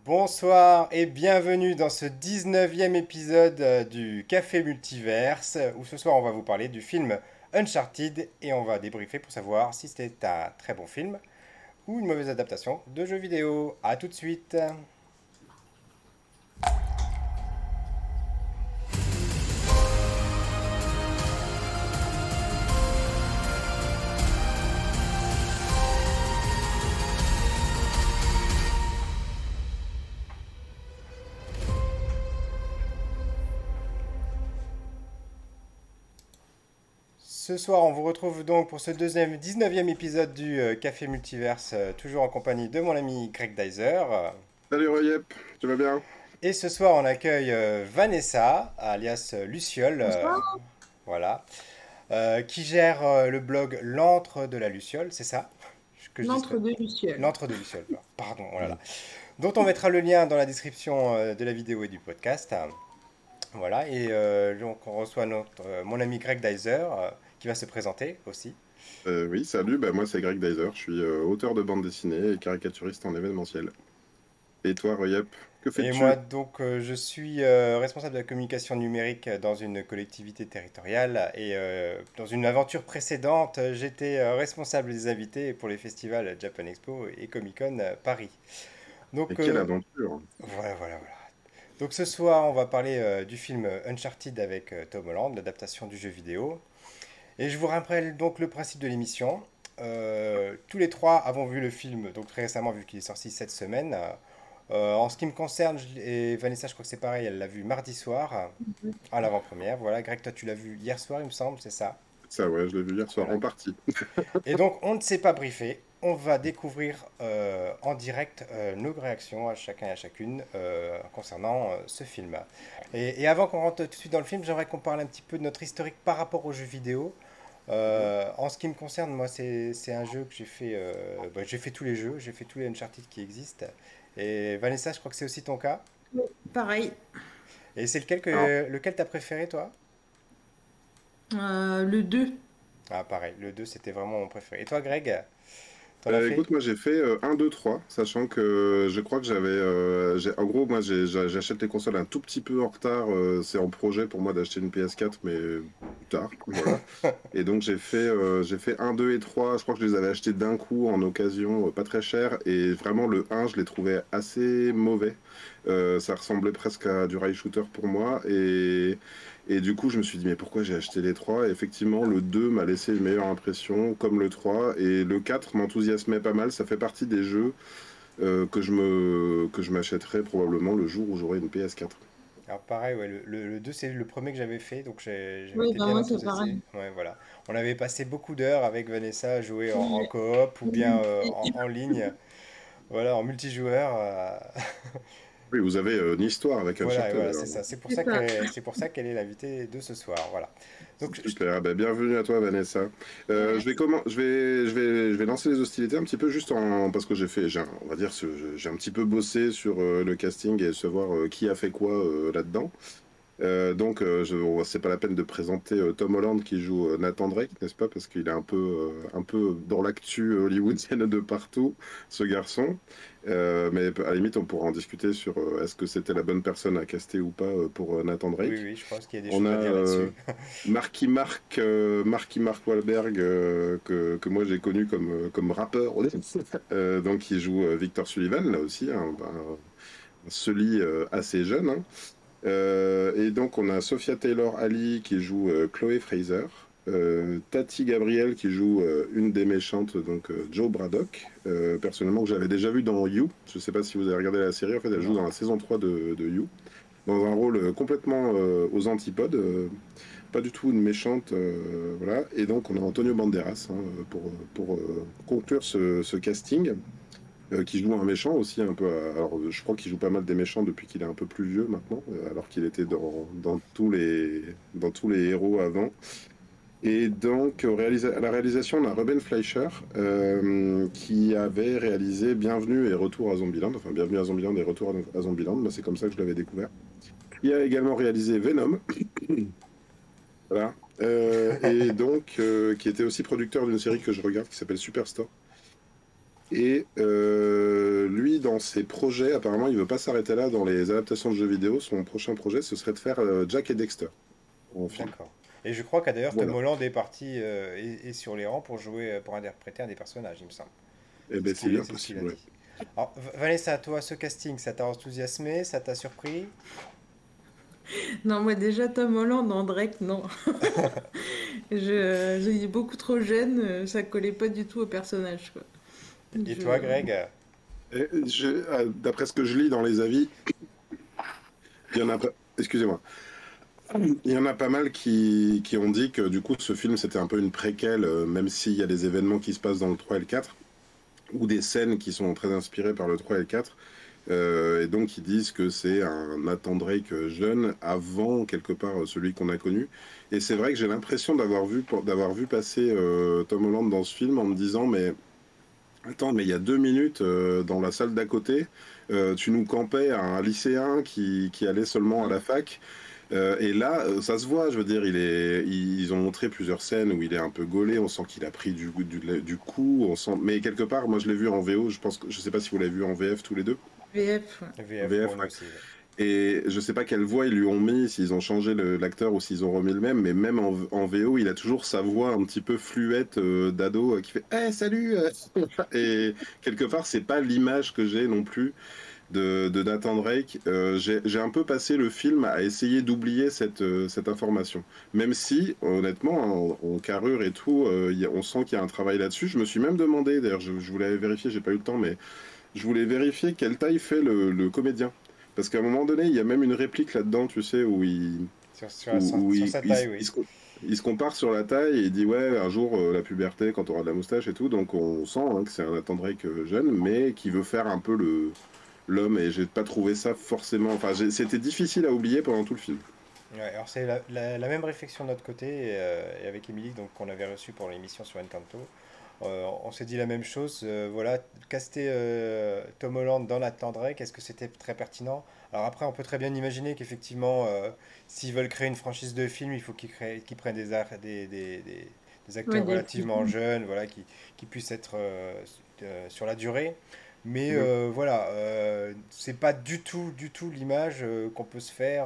Bonsoir et bienvenue dans ce 19e épisode du Café Multiverse où ce soir on va vous parler du film Uncharted et on va débriefer pour savoir si c'était un très bon film ou une mauvaise adaptation de jeu vidéo. A tout de suite. Ce soir on vous retrouve donc pour ce deuxième 19e épisode du Café Multiverse, toujours en compagnie de mon ami Greg Dyser. Salut Royep, tu vas bien? Et ce soir on accueille Vanessa, alias Luciole, Bonsoir. voilà, qui gère le blog L'Antre de la Luciole, c'est ça que je dis L'antre de Luciole. L'Antre de Luciole, pardon, oh là là. Dont on mettra le lien dans la description de la vidéo et du podcast. Voilà, et donc on reçoit mon ami Greg Dyser, qui va se présenter aussi. Oui, salut, moi c'est Greg Dyser, je suis auteur de bande dessinée et caricaturiste en événementiel. Et toi Royep, que Et moi, fais-tu? donc, je suis responsable de la communication numérique dans une collectivité territoriale. Et dans une aventure précédente, j'étais responsable des invités pour les festivals Japan Expo et Comic Con Paris. Et Donc, quelle aventure! voilà. Donc, ce soir, on va parler du film Uncharted avec Tom Holland, l'adaptation du jeu vidéo. Et je vous rappelle donc le principe de l'émission. Tous les trois avons vu le film, donc très récemment, vu qu'il est sorti cette semaine. En ce qui me concerne, et Vanessa, je crois que c'est pareil, elle l'a vu mardi soir, à l'avant-première. Voilà, Greg, toi, tu l'as vu hier soir, il me semble, c'est ça. Ça ouais, je l'ai vu hier soir Voilà. en partie. Et donc, on ne s'est pas briefé. On va découvrir en direct nos réactions à chacun et à chacune concernant ce film. Et avant qu'on rentre tout de suite dans le film, j'aimerais qu'on parle un petit peu de notre historique par rapport aux jeux vidéo. En ce qui me concerne, moi, c'est un jeu que j'ai fait. J'ai fait tous les jeux, j'ai fait tous les Uncharted qui existent. Et Vanessa, je crois que c'est aussi ton cas. Oui, pareil. Et c'est Alors, lequel t'as préféré, toi? Le 2. Ah, pareil, le 2 c'était vraiment mon préféré. Et toi, Greg, t'en as fait? écoute, moi j'ai fait 1, 2, 3, sachant que je crois que en gros, moi j'achète les consoles un tout petit peu en retard, c'est en projet pour moi d'acheter une PS4, mais plus tard, voilà. Et donc j'ai fait un 2 et 3. Je crois que je les avais achetés d'un coup en occasion, pas très cher. Et vraiment le un je l'ai trouvé assez mauvais. Ça ressemblait presque à du rail shooter pour moi. Et du coup je me suis dit mais pourquoi j'ai acheté les 3. Et effectivement le 2 m'a laissé une meilleure impression, comme le 3. Et le 4 m'enthousiasmait pas mal. Ça fait partie des jeux que je m'achèterai probablement le jour où j'aurai une PS4. Alors pareil, ouais, le 2 c'est le premier que j'avais fait, donc j'avais Oui, été bah bien moi c'est enthousiasmé. pareil. Ouais, voilà. On avait passé beaucoup d'heures avec Vanessa à jouer en Oui. coop ou bien en ligne, voilà, en multijoueur. Oui, vous avez une histoire avec Voilà, Uncharted voilà, c'est alors. ça. C'est ça. C'est pour ça qu'elle est l'invitée de ce soir. Voilà. Donc, Super, bienvenue à toi Vanessa. Je vais Merci. comment, je vais lancer les hostilités un petit peu juste parce que on va dire, j'ai un petit peu bossé sur le casting et savoir qui a fait quoi là-dedans. C'est pas la peine de présenter Tom Holland qui joue Nathan Drake, n'est-ce pas? Parce qu'il est un peu dans l'actu hollywoodienne de partout, ce garçon. Mais à la limite, on pourra en discuter sur est-ce que c'était la bonne personne à caster ou pas pour Nathan oui, Drake. oui, je pense qu'il y a des On a choses à dire là-dessus. Marky Mark Wahlberg, que moi j'ai connu comme rappeur, donc qui joue Victor Sullivan, là aussi, un Sully assez jeune, hein. Et donc on a Sophia Taylor-Ali qui joue Chloé Fraser, Tati Gabriel qui joue une des méchantes, donc Joe Braddock, personnellement que j'avais déjà vu dans You. Je sais pas si vous avez regardé la série, en fait elle joue Non. dans la saison 3 de You, dans un rôle complètement aux antipodes, pas du tout une méchante, voilà. Et donc on a Antonio Banderas, hein, pour conclure ce casting, qui joue un méchant aussi un peu. Alors je crois qu'il joue pas mal des méchants depuis qu'il est un peu plus vieux maintenant, alors qu'il était dans tous les héros avant. Et donc à la réalisation, on a Ruben Fleischer, qui avait réalisé Bienvenue et Retour à Zombieland, enfin Bienvenue à Zombieland et Retour à Zombieland. Moi, c'est comme ça que je l'avais découvert. Il a également réalisé Venom, voilà. Et donc qui était aussi producteur d'une série que je regarde qui s'appelle Superstore. Et lui, dans ses projets, apparemment, il veut pas s'arrêter là dans les adaptations de jeux vidéo. Son prochain projet, ce serait de faire Jack et Dexter en film. D'accord. Et je crois qu'à d'ailleurs Tom Voilà. Holland est parti est sur les rangs pour jouer, pour interpréter un des personnages, il me semble. Eh ben, c'est bien C'est ce qu'il a possible, ouais. dit. Alors, Vanessa, toi, ce casting, ça t'a enthousiasmé, ça t'a surpris? Non, moi déjà, Tom Holland en Drake, non. Il est beaucoup trop jeune, ça collait pas du tout au personnage, quoi. Et toi, Je... Greg? D'après ce que je lis dans les avis, il y en a pas. Excusez-moi. Il y en a pas mal qui ont dit que du coup ce film c'était un peu une préquelle, même s'il y a des événements qui se passent dans le 3 et le 4, ou des scènes qui sont très inspirées par le 3 et le 4. Et donc ils disent que c'est un Nathan Drake jeune avant quelque part celui qu'on a connu. Et c'est vrai que j'ai l'impression d'avoir vu passer Tom Holland dans ce film en me disant mais attends, mais il y a 2 minutes dans la salle d'à côté, tu nous campais à un lycéen qui allait seulement à la fac. Et là, ça se voit, je veux dire, ils ont montré plusieurs scènes où il est un peu gaulé, on sent qu'il a pris du coup, on sent, mais quelque part, moi je l'ai vu en VO, je sais pas si vous l'avez vu en VF tous les deux. VF, ouais. VF pour VF, nous ouais. aussi. Ouais. Et je sais pas quelle voix ils lui ont mis, s'ils ont changé l'acteur ou s'ils ont remis le même, mais même en VO, il a toujours sa voix un petit peu fluette d'ado qui fait «Eh, salut!» Et quelque part, c'est pas l'image que j'ai non plus de Nathan Drake. J'ai un peu passé le film à essayer d'oublier cette information. Même si, honnêtement, en carrure et tout, on sent qu'il y a un travail là-dessus. Je me suis même demandé, d'ailleurs, je voulais vérifier, j'ai pas eu le temps, mais je voulais vérifier quelle taille fait le comédien. Parce qu'à un moment donné, il y a même une réplique là-dedans, tu sais, où Sur sa taille, oui. il se compare sur la taille et il dit ouais, un jour la puberté, quand tu auras de la moustache et tout. Donc on sent que c'est un Nathan Drake jeune, mais qui veut faire un peu l'homme. Et j'ai pas trouvé ça forcément. Enfin, c'était difficile à oublier pendant tout le film. Ouais, alors c'est la même réflexion de notre côté et avec Émilie donc qu'on avait reçu pour l'émission sur Encanto. On s'est dit la même chose. Voilà, caster Tom Holland dans Nathan Drake, est-ce que c'était très pertinent? Alors après, on peut très bien imaginer qu'effectivement, s'ils veulent créer une franchise de films, il faut qu'ils prennent des Ouais, acteurs des relativement films. jeunes, voilà, qui puissent être sur la durée. Mais Mhm. voilà, c'est pas du tout l'image qu'on peut se faire.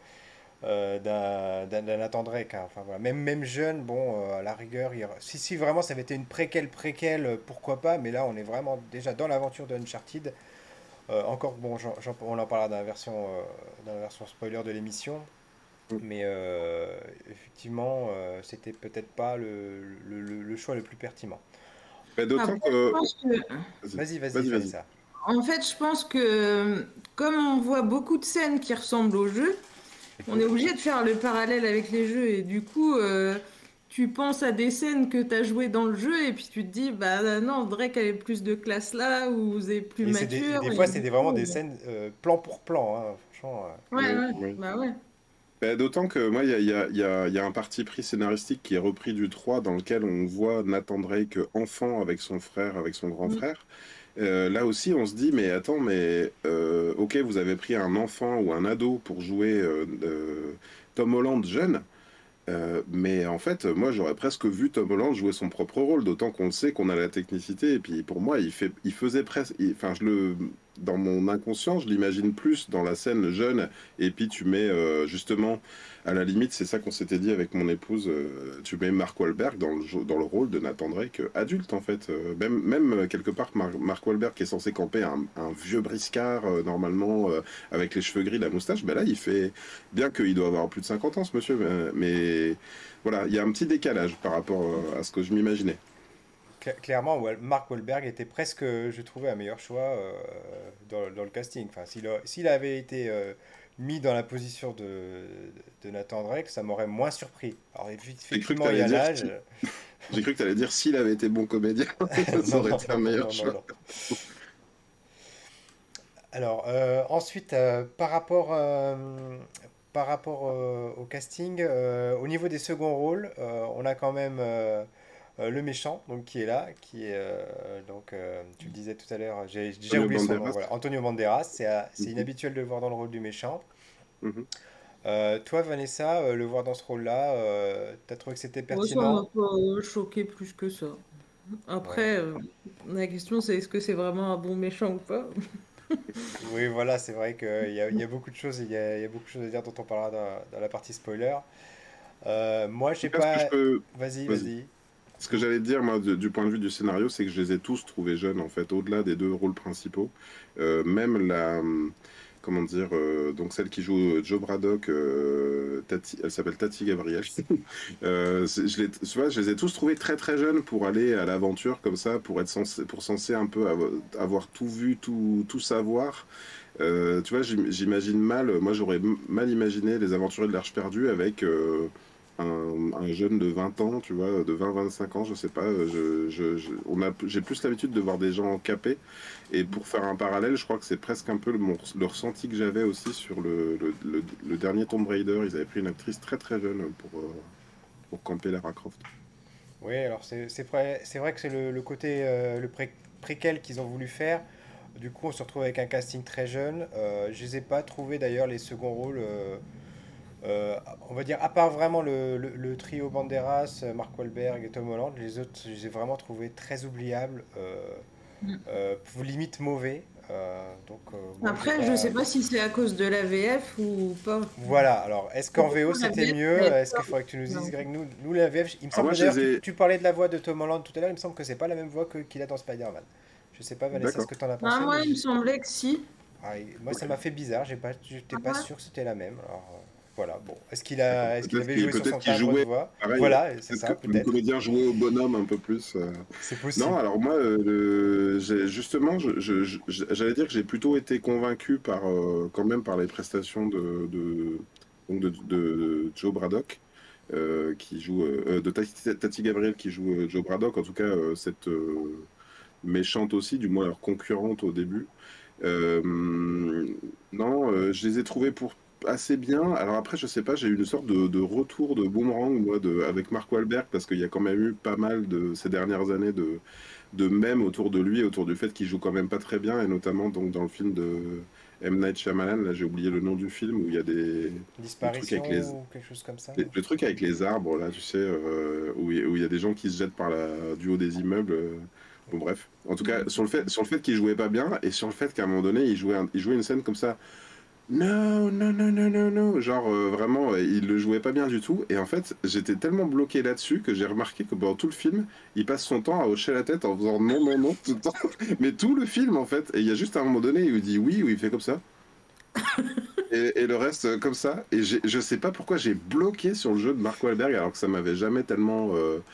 D'un Nathan Drake, hein. Enfin, voilà. Même jeune, bon, à la rigueur, si vraiment ça avait été une préquelle, pourquoi pas, mais là on est vraiment déjà dans l'aventure de Uncharted. Encore, bon, on en parlera dans la version spoiler de l'émission, mais effectivement, c'était peut-être pas le choix le plus pertinent. Mais d'autant Après, je que. pense que, Vas-y, Vas-y, vas-y, vas-y. Vanessa. en fait, je pense que comme on voit beaucoup de scènes qui ressemblent au jeu, on est obligé de faire le parallèle avec les jeux et du coup, tu penses à des scènes que tu as jouées dans le jeu et puis tu te dis, bah non, Drake avait plus de classe là ou vous êtes plus Et mature des fois, et c'est du vraiment coup, des scènes plan pour plan, hein, franchement. ouais, Oui, ouais, oui. bah ouais. Ben, d'autant que moi, il y a un parti pris scénaristique qui est repris du 3 dans lequel on voit Nathan Drake enfant avec son frère, avec son grand Mm. frère. Là aussi, on se dit, mais attends, mais ok, vous avez pris un enfant ou un ado pour jouer Tom Holland jeune, mais en fait, moi, j'aurais presque vu Tom Holland jouer son propre rôle, d'autant qu'on sait qu'on a la technicité. Et puis, pour moi, il faisait presque. Enfin, dans mon inconscient, je l'imagine plus dans la scène jeune. Et puis, tu mets justement, à la limite, c'est ça qu'on s'était dit avec mon épouse. Tu mets Mark Wahlberg dans le rôle de Nathan Drake adulte, en fait. Même quelque part, Mark Wahlberg qui est censé camper un vieux briscard normalement avec les cheveux gris, la moustache. Ben là, il fait. Bien qu'il doit avoir plus de 50 ans, ce monsieur, mais voilà, il y a un petit décalage par rapport à ce que je m'imaginais. Clairement, Mark Wahlberg était presque, je trouvais, un meilleur choix dans le casting. Enfin, s'il avait été mis dans la position de Nathan Drake, ça m'aurait moins surpris. Alors, J'ai cru que effectivement, tu il y allais a dire, l'âge. j'ai cru que tu allais dire s'il avait été bon comédien, ça Non, aurait non, été un non, non, meilleur non, non, choix. non. Alors, ensuite, par rapport au casting, au niveau des seconds rôles, on a quand même le méchant donc, qui est là, qui est, tu le disais tout à l'heure, j'ai déjà Antonio oublié son nom, Banderas. voilà, Antonio Banderas, c'est Mhm, inhabituel de le voir dans le rôle du méchant. mhm. Toi, Vanessa, le voir dans ce rôle-là, t'as trouvé que c'était Moi, ça m'a pertinent? pas choqué plus que ça. Ouais. Après, la question c'est est-ce que c'est vraiment un bon méchant ou pas? Oui, voilà, c'est vrai qu'il y a beaucoup de choses, il y a beaucoup de choses à dire dont on parlera dans la partie spoiler. Moi, je En sais tout cas, ce que je pas. peux. Vas-y, Vas-y. vas-y. Ce que j'allais te dire, moi, du point de vue du scénario, c'est que je les ai tous trouvés jeunes, en fait, au-delà des deux rôles principaux. Même comment dire, donc celle qui joue Joe Braddock, elle s'appelle Tati Gabriel. Tu vois, je les ai tous trouvés très très jeunes pour aller à l'aventure comme ça, pour censé un peu avoir tout vu, tout savoir. Tu vois, j'imagine mal, moi j'aurais mal imaginé les aventuriers de l'Arche perdue avec un jeune de 20 ans, tu vois, de 20-25 ans, je sais pas. J'ai plus l'habitude de voir des gens capés. Et pour faire un parallèle, je crois que c'est presque un peu le ressenti que j'avais aussi sur le dernier Tomb Raider. Ils avaient pris une actrice très très jeune pour camper Lara Croft. Oui, alors c'est vrai que c'est le côté préquel qu'ils ont voulu faire. Du coup, on se retrouve avec un casting très jeune. Je les ai pas trouvés d'ailleurs les seconds rôles. On va dire, à part vraiment le trio Banderas, Mark Wahlberg et Tom Holland, les autres, je les ai vraiment trouvés très oubliables, limite mauvais. Moi, j'ai Après, je sais pas. pas si c'est à cause de la VF ou pas. Voilà, alors est-ce qu'en Pour VO moi, la c'était VF, mieux? elle est Est-ce pas qu'il faudrait que tu nous dises, bien. Greg? Nous la VF, il me Alors moi, semble je d'ailleurs, les ai. tu parlais de la voix de Tom Holland tout à l'heure, il me semble que c'est pas la même voix qu'il a dans Spider-Man. Je sais pas, Vanessa, ce D'accord. que tu en as Ah, pensé, mais moi, il me semblait que si. moi Ok. ça m'a fait bizarre, j'étais Ah, pas ouais. sûr que c'était la même. Alors voilà, bon, D'accord. est-ce qu'il avait joué sur Peut-être son qu'il timbre de jouait voix? pareil. Voilà, c'est Peut-être que ça, le peut-être. comédien jouait au bonhomme un peu plus. C'est Non, possible. alors moi, justement, j'allais dire que j'ai plutôt été convaincu quand même par les prestations donc de Joe Braddock, qui joue, de Tati Gabriel qui joue Joe Braddock, en tout cas cette méchante aussi, du moins leur concurrente au début. Euh, non, je les ai trouvés pour assez bien. Alors après, je sais pas, j'ai eu une sorte de retour de boomerang moi, avec Mark Wahlberg parce qu'il y a quand même eu pas mal ces dernières années de mèmes autour de lui, autour du fait qu'il joue quand même pas très bien, et notamment donc dans le film de M. Night Shyamalan, là j'ai oublié le nom du film, où il y a des trucs avec Disparition ou quelque chose comme ça, non? le truc avec les arbres, là, tu sais, où il y a des gens qui se jettent du haut des immeubles. Bon, bref. En tout cas, sur le fait qu'il jouait pas bien, et sur le fait qu'à un moment donné, il jouait une scène comme ça. Non, non, non, non, non, non. Genre, vraiment, il le jouait pas bien du tout. Et en fait, j'étais tellement bloqué là-dessus que j'ai remarqué que pendant tout le film, il passe son temps à hocher la tête en faisant non, non, non, tout le temps. Mais tout le film, en fait. Et il y a juste un moment donné où il dit oui, où il fait comme ça. Et le reste, comme ça. Et je sais pas pourquoi j'ai bloqué sur le jeu de Mark Wahlberg, alors que ça m'avait jamais tellement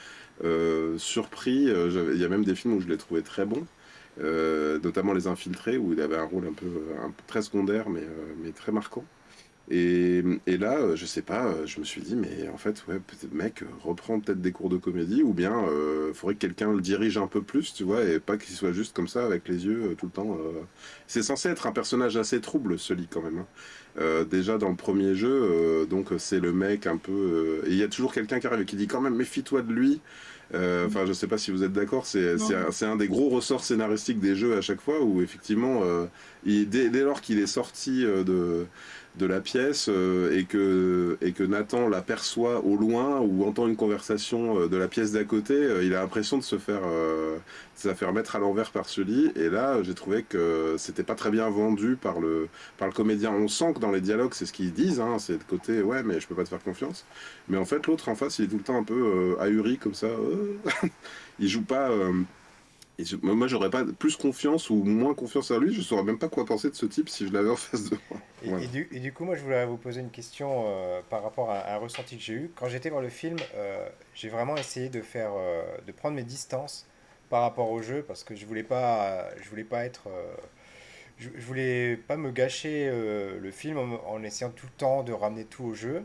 surpris. Il y a même des films où je l'ai trouvé très bon. Notamment Les Infiltrés, où il avait un rôle un peu très secondaire, mais très marquant. Et là, je sais pas, je me suis dit, mais en fait, ouais, peut-être, mec, reprends peut-être des cours de comédie, ou bien faudrait que quelqu'un le dirige un peu plus, tu vois, et pas qu'il soit juste comme ça, avec les yeux tout le temps. C'est censé être un personnage assez trouble, ce lit, quand même, hein. Déjà dans le premier jeu, donc c'est le mec un peu. Et il y a toujours quelqu'un qui arrive et qui dit quand même méfie-toi de lui. Enfin, je sais pas si vous êtes d'accord, Non. c'est un des gros ressorts scénaristiques des jeux à chaque fois où effectivement, dès lors qu'il est sorti de la pièce et que Nathan l'aperçoit au loin ou entend une conversation de la pièce d'à côté, il a l'impression de se faire mettre à l'envers par Sully. Et là, j'ai trouvé que c'était pas très bien vendu par le comédien. On sent que dans les dialogues, c'est ce qu'ils disent, hein, c'est le côté ouais, mais je peux pas te faire confiance. Mais en fait, l'autre en face, il est tout le temps un peu ahuri comme ça. Il joue pas. Moi, j'aurais pas plus confiance ou moins confiance en lui. Je saurais même pas quoi penser de ce type si je l'avais en face de moi. Voilà. Et du coup, moi, je voulais vous poser une question par rapport à un ressenti que j'ai eu. Quand j'étais voir le film, j'ai vraiment essayé de prendre mes distances par rapport au jeu parce que je voulais pas être, je voulais pas me gâcher le film en essayant tout le temps de ramener tout au jeu.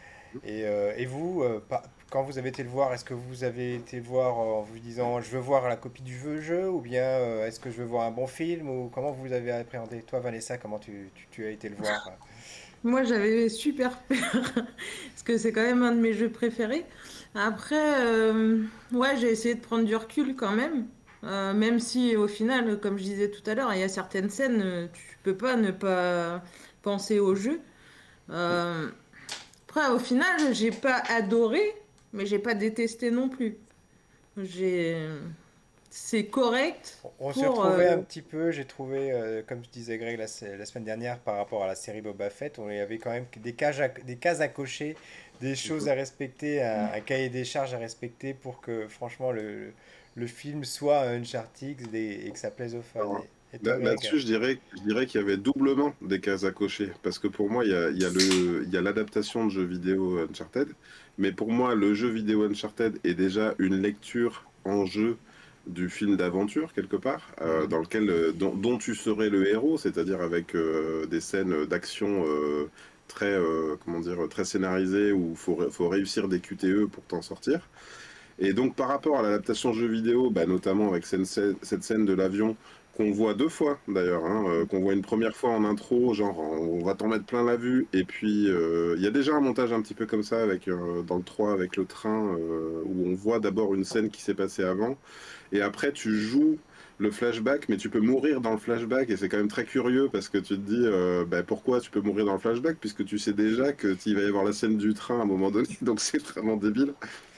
Et vous, quand vous avez été le voir, est-ce que vous avez été le voir en vous disant je veux voir la copie du jeu ou bien est-ce que je veux voir un bon film ou comment vous avez appréhendé? Toi, Vanessa, comment tu as été le voir? Moi, j'avais super peur parce que c'est quand même un de mes jeux préférés. Après, ouais, j'ai essayé de prendre du recul quand même. Même si au final, comme je disais tout à l'heure, il y a certaines scènes, tu peux pas ne pas penser au jeu. Euh, Après, au final, j'ai pas adoré, mais j'ai pas détesté non plus. J'ai c'est correct On s'y pour... retrouvait un petit peu, j'ai trouvé, comme je disais Greg la semaine dernière par rapport à la série Boba Fett, on y avait quand même des cases à cocher, des choses Mhm. à respecter, un cahier des charges à respecter pour que franchement le film soit un Uncharted et que ça plaise aux fans. Alors, Et toi Greg? là-dessus, je dirais qu'il y avait doublement des cases à cocher. Parce que pour moi, il y a l'adaptation de jeux vidéo Uncharted. Mais pour moi, le jeu vidéo Uncharted est déjà une lecture en jeu du film d'aventure, quelque part, Mhm. dans lequel, dont tu serais le héros, c'est-à-dire avec des scènes d'action très, comment dire, très scénarisées où faut réussir des QTE pour t'en sortir. Et donc, par rapport à l'adaptation jeu vidéo, bah, notamment avec cette scène de l'avion qu'on voit deux fois d'ailleurs, hein, qu'on voit une première fois en intro, genre on va t'en mettre plein la vue, et puis il y a déjà un montage un petit peu comme ça avec, dans le 3 avec le train, où on voit d'abord une scène qui s'est passée avant, et après tu joues le flashback, mais tu peux mourir dans le flashback, et c'est quand même très curieux parce que tu te dis bah, pourquoi tu peux mourir dans le flashback, puisque tu sais déjà qu'il va y avoir la scène du train à un moment donné, donc c'est vraiment débile.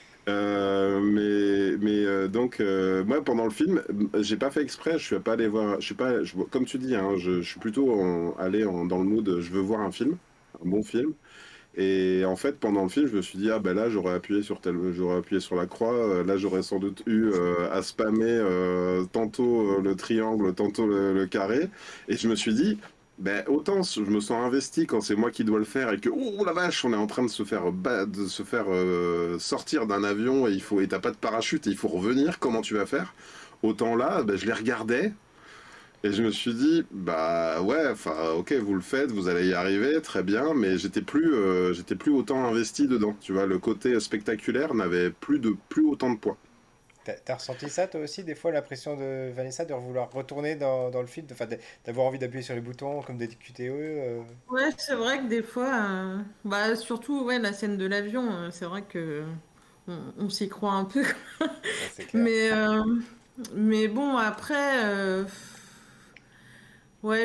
Donc moi pendant le film, j'ai pas fait exprès, je suis pas allé voir, je suis pas, comme tu dis, hein, je suis plutôt dans le mood, je veux voir un film, un bon film. Et en fait pendant le film, je me suis dit ah ben là j'aurais appuyé sur la croix, là j'aurais sans doute eu à spammer tantôt le triangle, tantôt le carré. Et je me suis dit ben, autant je me sens investi quand c'est moi qui dois le faire et que, oh la vache, on est en train de se faire sortir d'un avion et t'as pas de parachute et il faut revenir, comment tu vas faire? Autant là, ben, je les regardais et je me suis dit, bah ouais, enfin, ok, vous le faites, vous allez y arriver, très bien, mais j'étais plus autant investi dedans, tu vois, le côté spectaculaire n'avait plus autant de poids. T'as ressenti ça toi aussi, des fois, l'impression de Vanessa de vouloir retourner dans le film, enfin, d'avoir envie d'appuyer sur les boutons comme des QTE Ouais, c'est vrai que des fois, bah, surtout ouais, la scène de l'avion, c'est vrai que on s'y croit un peu. ouais, c'est clair. Mais, euh, mais bon, après, ouais,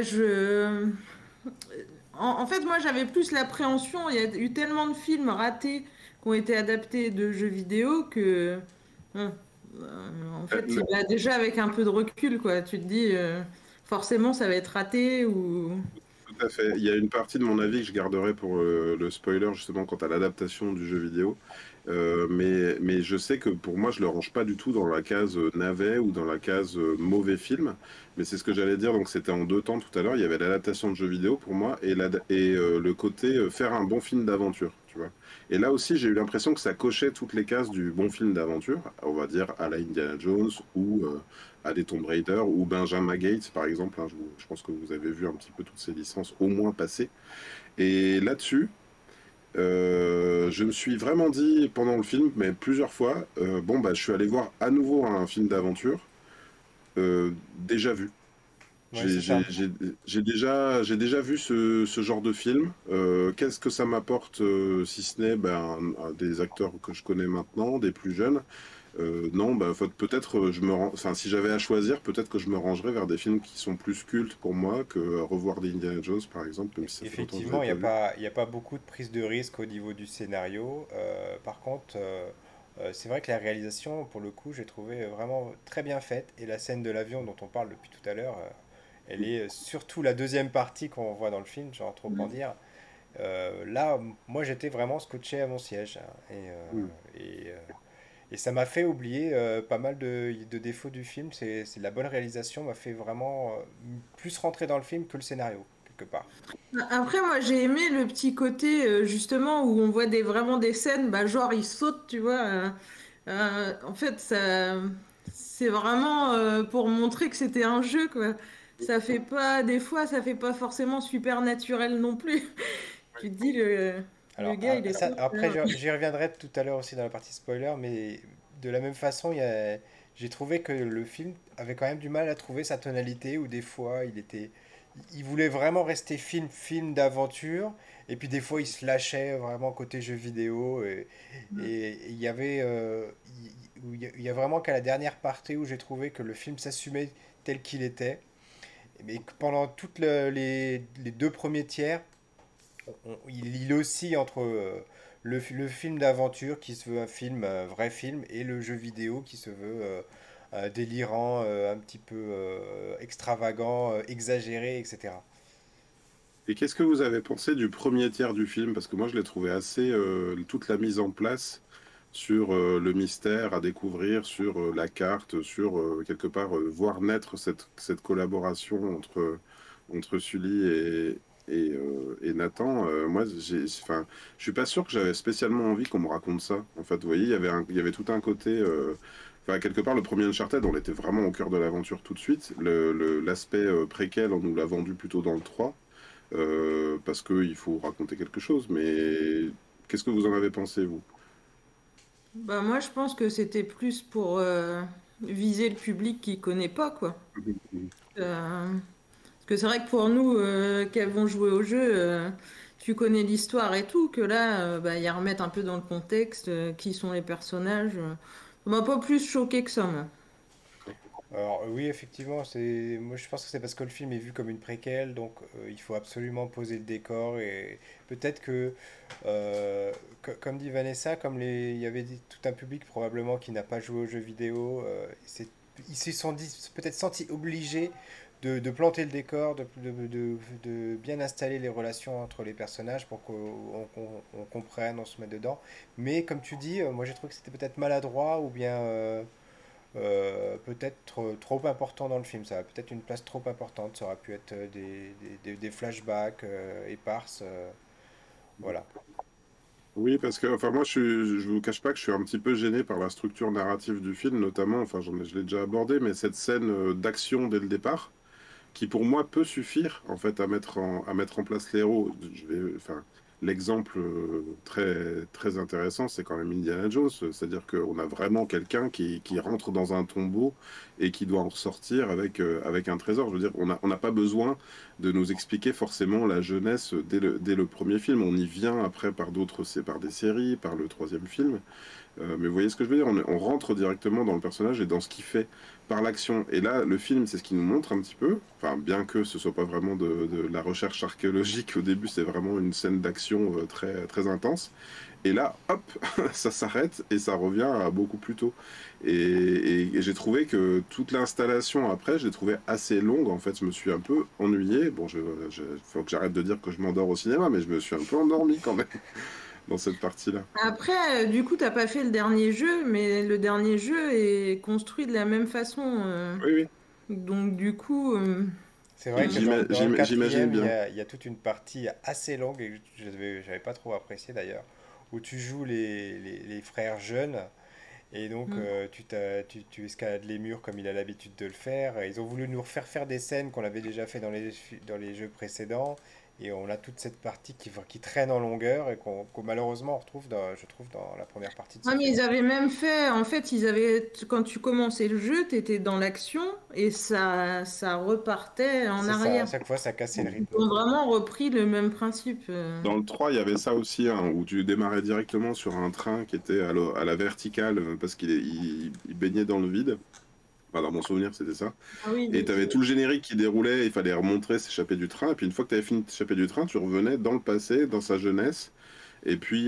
en fait, moi, j'avais plus l'appréhension. Il y a eu tellement de films ratés qui ont été adaptés de jeux vidéo que, bon, en fait, Euh, bah, déjà avec un peu de recul, quoi, tu te dis, forcément, ça va être raté ou. Tout à fait. Il y a une partie de mon avis que je garderai pour le spoiler, justement, quant à l'adaptation du jeu vidéo. Mais je sais que pour moi, je le range pas du tout dans la case navet ou dans la case mauvais film. Mais c'est ce que j'allais dire, donc c'était en deux temps tout à l'heure. Il y avait l'adaptation de jeu vidéo pour moi et le côté faire un bon film d'aventure, tu vois. Et là aussi, j'ai eu l'impression que ça cochait toutes les cases du bon film d'aventure, on va dire à la Indiana Jones ou à des Tomb Raider ou Benjamin Gates, par exemple, hein. Je pense que vous avez vu un petit peu toutes ces licences au moins passer. Et là-dessus, je me suis vraiment dit pendant le film, mais plusieurs fois, bon, bah, je suis allé voir à nouveau un film d'aventure déjà vu. Oui, c'est ça. J'ai déjà vu ce genre de film. Qu'est-ce que ça m'apporte si ce n'est ben, des acteurs que je connais maintenant, des plus jeunes? Non, bah, peut-être enfin, si j'avais à choisir, peut-être que je me rangerais vers des films qui sont plus cultes pour moi que revoir des Indiana Jones par exemple, même si ça fait longtemps que je les Effectivement, ai pas vus. il y a pas beaucoup de prise de risque au niveau du scénario. Par contre, c'est vrai que la réalisation, pour le coup, j'ai trouvé vraiment très bien faite. Et la scène de l'avion dont on parle depuis tout à l'heure, elle est surtout la deuxième partie qu'on voit dans le film, genre trop en dire. Là, moi, j'étais vraiment scotché à mon siège, hein. Mm. Et ça m'a fait oublier pas mal de défauts du film. C'est la bonne réalisation m'a fait vraiment plus rentrer dans le film que le scénario, quelque part. Après, moi, j'ai aimé le petit côté, justement, où on voit vraiment des scènes, bah, genre, ils sautent, tu vois. En fait, c'est vraiment pour montrer que c'était un jeu, quoi. Ça fait pas, des fois, ça fait pas forcément super naturel non plus. Tu te dis, le Alors, gars, il est trop après, bien. j'y reviendrai tout à l'heure aussi dans la partie spoiler, mais de la même façon, j'ai trouvé que le film avait quand même du mal à trouver sa tonalité, où des fois, il voulait vraiment rester film d'aventure, et puis des fois, il se lâchait vraiment côté jeu vidéo, et il y avait, il y a vraiment qu'à la dernière partie où j'ai trouvé que le film s'assumait tel qu'il était, mais que pendant toutes les deux premiers tiers, il oscille entre le film d'aventure qui se veut un film, un vrai film, et le jeu vidéo qui se veut délirant, un petit peu extravagant, exagéré, etc. Et qu'est-ce que vous avez pensé du premier tiers du film? Parce que moi, je l'ai trouvé assez, toute la mise en place sur le mystère à découvrir, sur la carte, sur quelque part voir naître cette collaboration entre Sully et Nathan. Moi, enfin, je suis pas sûr que j'avais spécialement envie qu'on me raconte ça. En fait, vous voyez, il y avait tout un côté. Enfin, quelque part, le premier Uncharted, on était vraiment au cœur de l'aventure tout de suite. L'aspect préquel, on nous l'a vendu plutôt dans le 3 parce qu'il faut raconter quelque chose. Mais qu'est-ce que vous en avez pensé, vous? Bah moi je pense que c'était plus pour viser le public qui connaît pas quoi. Parce que c'est vrai que pour nous qui avons joué au jeu, tu connais l'histoire et tout, que là bah, y a remettre un peu dans le contexte qui sont les personnages. Ça m'a pas plus choqué que ça moi. Alors oui, effectivement, moi je pense que c'est parce que le film est vu comme une préquelle, donc il faut absolument poser le décor et peut-être que, comme dit Vanessa, il y avait tout un public probablement qui n'a pas joué aux jeux vidéo, ils se sont peut-être sentis obligés de planter le décor, de bien installer les relations entre les personnages pour qu'on comprenne, on se mette dedans. Mais comme tu dis, moi j'ai trouvé que c'était peut-être maladroit ou bien peut-être trop important dans le film. Ça a peut-être une place trop importante. Ça aurait pu être des flashbacks éparses. Voilà. Oui, parce que enfin moi je vous cache pas que je suis un petit peu gêné par la structure narrative du film, notamment, enfin je l'ai déjà abordé, mais cette scène d'action dès le départ, qui pour moi peut suffire en fait à mettre en place les héros. Enfin, l'exemple très intéressant, c'est quand même Indiana Jones, c'est-à-dire qu'on a vraiment quelqu'un qui rentre dans un tombeau et qui doit en ressortir avec un trésor. Je veux dire, on n'a pas besoin de nous expliquer forcément la jeunesse dès le premier film. On y vient après par d'autres, c'est par des séries, par le troisième film. Mais vous voyez ce que je veux dire, on rentre directement dans le personnage et dans ce qu'il fait par l'action. Et là, le film, c'est ce qu'il nous montre un petit peu. Enfin, bien que ce soit pas vraiment de la recherche archéologique au début, c'est vraiment une scène d'action très intense. Et là, hop, ça s'arrête et ça revient à beaucoup plus tôt. Et j'ai trouvé que toute l'installation après, je l'ai trouvé assez longue. En fait, je me suis un peu ennuyé. Bon, faut que j'arrête de dire que je m'endors au cinéma, mais je me suis un peu endormi quand même dans cette partie-là. Après, du coup, t'as pas fait le dernier jeu, mais le dernier jeu est construit de la même façon. Oui, oui, Donc, du coup, C'est vrai que dans le j'imagine quatrième, bien. il y a toute une partie assez longue, et j'avais pas trop apprécié d'ailleurs, où tu joues les frères jeunes. Et donc, mm. tu escalades les murs comme il a l'habitude de le faire. Ils ont voulu nous refaire faire des scènes qu'on avait déjà fait dans les jeux précédents. Et on a toute cette partie qui traîne en longueur et qu'on malheureusement on retrouve, je trouve, dans la première partie de ce Ah, mais film. ils avaient même fait, en fait, quand tu commençais le jeu, t'étais dans l'action et ça repartait en C'est ça, à arrière. chaque fois ça cassait le Ils rythme. ont vraiment repris le même principe. Dans le 3, il y avait ça aussi, hein, où tu démarrais directement sur un train qui était à la verticale parce il baignait dans le vide. Enfin, dans mon souvenir, c'était ça. Ah oui, Et tu avais tout le générique qui déroulait, il fallait remontrer, s'échapper du train. Et puis une fois que tu avais fini de t'échapper du train, tu revenais dans le passé, dans sa jeunesse, et puis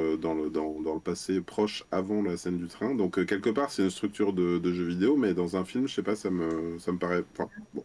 dans le passé proche avant la scène du train. Donc quelque part, c'est une structure de jeu vidéo, mais dans un film, je sais pas, ça me paraît. Enfin, bon.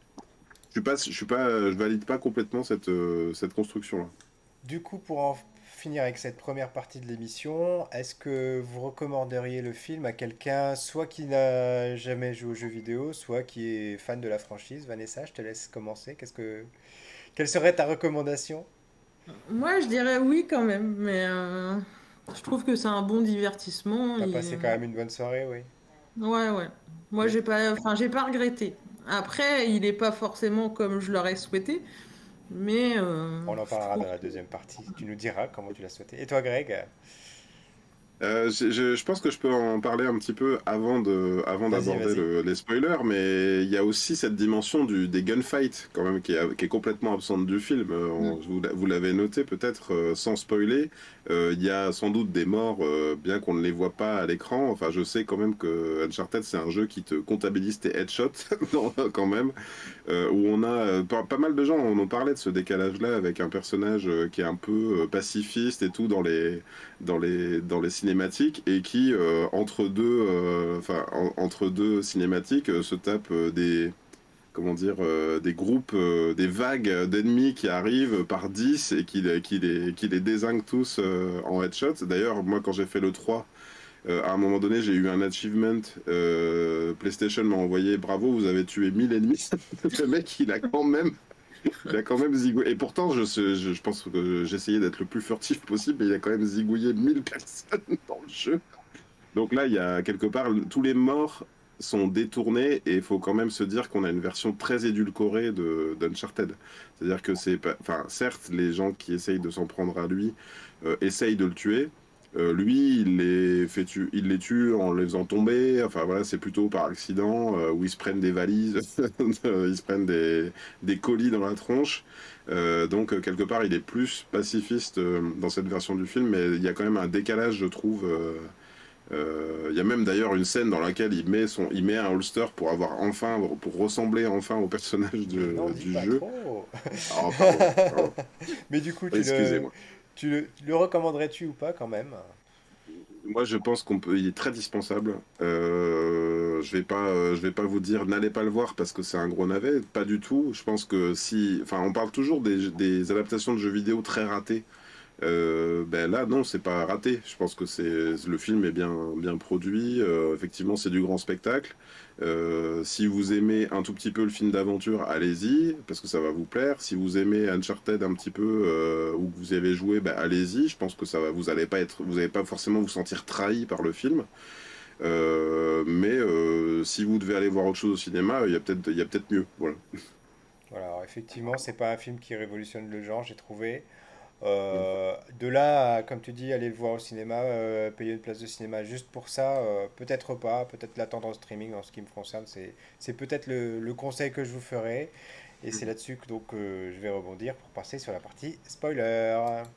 Je valide pas complètement cette construction-là. Du coup, pour en finir avec cette première partie de l'émission, est-ce que vous recommanderiez le film à quelqu'un, soit qui n'a jamais joué aux jeux vidéo, soit qui est fan de la franchise? Vanessa, je te laisse commencer. Quelle serait ta recommandation? moi je dirais oui quand même, mais je trouve que c'est un bon divertissement. T'as passé quand même une bonne soirée, oui. Ouais, ouais. Moi Mais j'ai pas regretté. Après, il est pas forcément comme je l'aurais souhaité, mais on en je parlera trouve. dans la deuxième partie. Tu nous diras comment tu l'as souhaité. Et toi, Greg? Je pense que je peux en parler un petit peu avant Vas-y, d'aborder vas-y. les spoilers, mais il y a aussi cette dimension des gunfights quand même qui est complètement absente du film. Vous l'avez noté peut-être sans spoiler. Il y a sans doute des morts, bien qu'on ne les voit pas à l'écran. Enfin, je sais quand même que Uncharted c'est un jeu qui te comptabilise tes headshots non, quand même, où on a pas mal de gens on en parlait de ce décalage-là avec un personnage qui est un peu pacifiste et tout dans les cinématiques cinématiques et qui, entre deux cinématiques, se tape comment dire, des groupes, des vagues d'ennemis qui arrivent par 10 et qui les dézinguent tous en headshot. D'ailleurs, moi, quand j'ai fait le 3, à un moment donné, j'ai eu un achievement. PlayStation m'a envoyé bravo, vous avez tué 1000 ennemis. Le mec, il a quand même zigouillé. Et pourtant, je pense que j'essayais d'être le plus furtif possible, mais il a quand même zigouillé 1000 personnes dans le jeu. Donc là, il y a quelque part, tous les morts sont détournés et il faut quand même se dire qu'on a une version très édulcorée d'Uncharted. C'est-à-dire que c'est pas, enfin, certes, les gens qui essayent de s'en prendre à lui essayent de le tuer. Lui, il les tue en les faisant tomber. Enfin voilà, c'est plutôt par accident où ils se prennent des valises, ils se prennent des colis dans la tronche. Donc quelque part, il est plus pacifiste dans cette version du film, mais il y a quand même un décalage, je trouve. Il y a même d'ailleurs une scène dans laquelle il met un holster pour ressembler enfin au personnage Non, dis du pas jeu. trop. Ah, pardon. Mais du coup, Excusez-moi. le recommanderais-tu ou pas quand même? Moi, je pense il est très dispensable. Je vais pas vous dire n'allez pas le voir parce que c'est un gros navet, pas du tout. Je pense que enfin, on parle toujours des adaptations de jeux vidéo très ratées. Ben là, non, c'est pas raté. Je pense que le film est bien produit. Effectivement, c'est du grand spectacle. Si vous aimez un tout petit peu le film d'aventure, allez-y, parce que ça va vous plaire. Si vous aimez Uncharted un petit peu, ou que vous y avez joué, ben allez-y. Je pense que vous allez pas forcément vous sentir trahi par le film. Mais si vous devez aller voir autre chose au cinéma, il y a peut-être mieux. Voilà. Voilà, alors effectivement, c'est pas un film qui révolutionne le genre, j'ai trouvé. De là, comme tu dis, aller le voir au cinéma, payer une place de cinéma juste pour ça, peut-être pas, peut-être l'attendre en streaming en ce qui me concerne, c'est peut-être le conseil que je vous ferai. Et c'est là-dessus que donc, je vais rebondir pour passer sur la partie spoiler.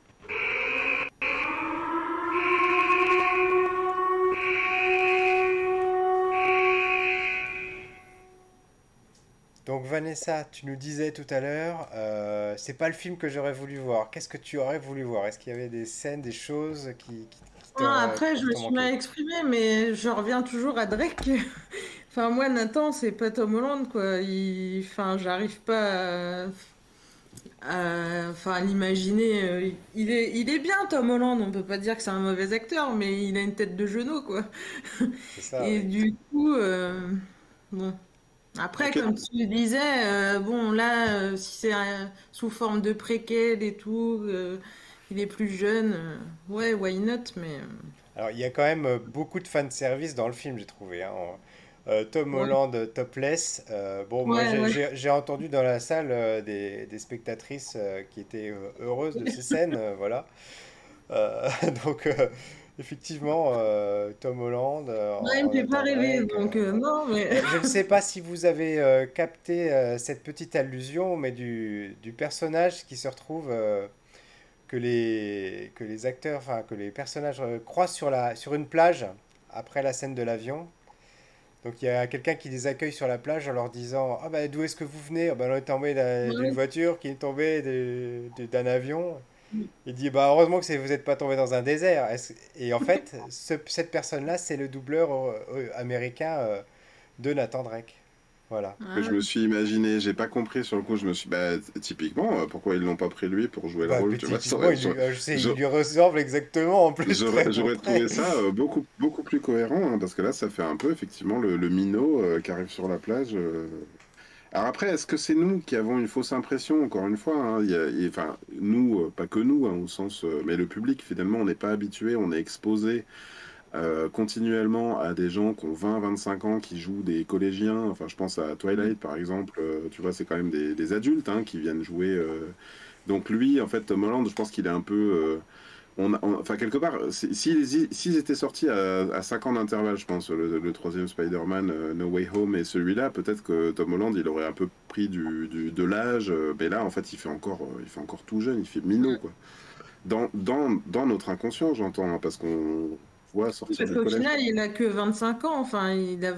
Donc Vanessa, tu nous disais tout à l'heure, c'est pas le film que j'aurais voulu voir. Qu'est-ce que tu aurais voulu voir? Est-ce qu'il y avait des scènes, des choses Après, je me qui t'ont suis mal manqué? exprimée, mais je reviens toujours à Drake. Enfin, moi, Nathan, c'est pas Tom Holland, quoi. Enfin, j'arrive pas enfin, à l'imaginer. Il est bien, Tom Holland. On peut pas dire que c'est un mauvais acteur, mais il a une tête de genou, quoi. C'est ça, Et oui. du coup, bon. Après, Ok. comme tu le disais, bon, là, si c'est sous forme de préquel et tout, il est plus jeune, ouais, why not, mais Alors il y a quand même beaucoup de fanservice dans le film, j'ai trouvé, hein. Tom ouais, Holland topless. Bon, moi ouais, ouais. j'ai entendu dans la salle des spectatrices qui étaient heureuses de ces scènes, voilà. Euh, donc effectivement, Tom Holland Ouais, il me en fait pas Nathan rêver, Drake. donc non, mais Je ne sais pas si vous avez capté cette petite allusion, mais du personnage qui se retrouve, que les acteurs, enfin que les personnages croisent sur une plage après la scène de l'avion. Donc il y a quelqu'un qui les accueille sur la plage en leur disant: ah bah d'où est-ce que vous venez? Ah bah, on est tombé d'une ouais. voiture qui est tombée d'un avion. Il dit: bah heureusement que vous n'êtes pas tombé dans un désert. Et en fait, cette personne-là, c'est le doubleur américain de Nathan Drake. Voilà. Que Ah, je me suis imaginé, j'ai pas compris sur le coup, je me suis, bah, typiquement, pourquoi ils l'ont pas pris lui pour jouer le Bah, rôle, mais tu vois, typiquement, je sais, il j'aurais- lui ressemble exactement en plus, très bon j'aurais trait. trouvé ça beaucoup plus cohérent, hein, parce que là, ça fait un peu, effectivement, le minot qui arrive sur la plage. Alors après, est-ce que c'est nous qui avons une fausse impression, encore une fois, hein, enfin, nous, pas que nous, hein, au sens, mais le public, finalement, on n'est pas habitué, on est exposé continuellement à des gens qui ont 20-25 ans, qui jouent des collégiens. Enfin, je pense à Twilight, par exemple. Tu vois, c'est quand même des adultes hein, qui viennent jouer. Donc lui, en fait, Tom Holland, je pense qu'il est un peu... enfin, quelque part, s'ils étaient sortis à 5 ans d'intervalle, je pense, le troisième Spider-Man, No Way Home et celui-là, peut-être que Tom Holland, il aurait un peu pris de l'âge. Mais là, en fait, il fait encore tout jeune, il fait minot, quoi. Dans notre inconscient, j'entends, hein, parce qu'on vois sortir Parce du qu'au collège. final, il a que 25 ans. Enfin,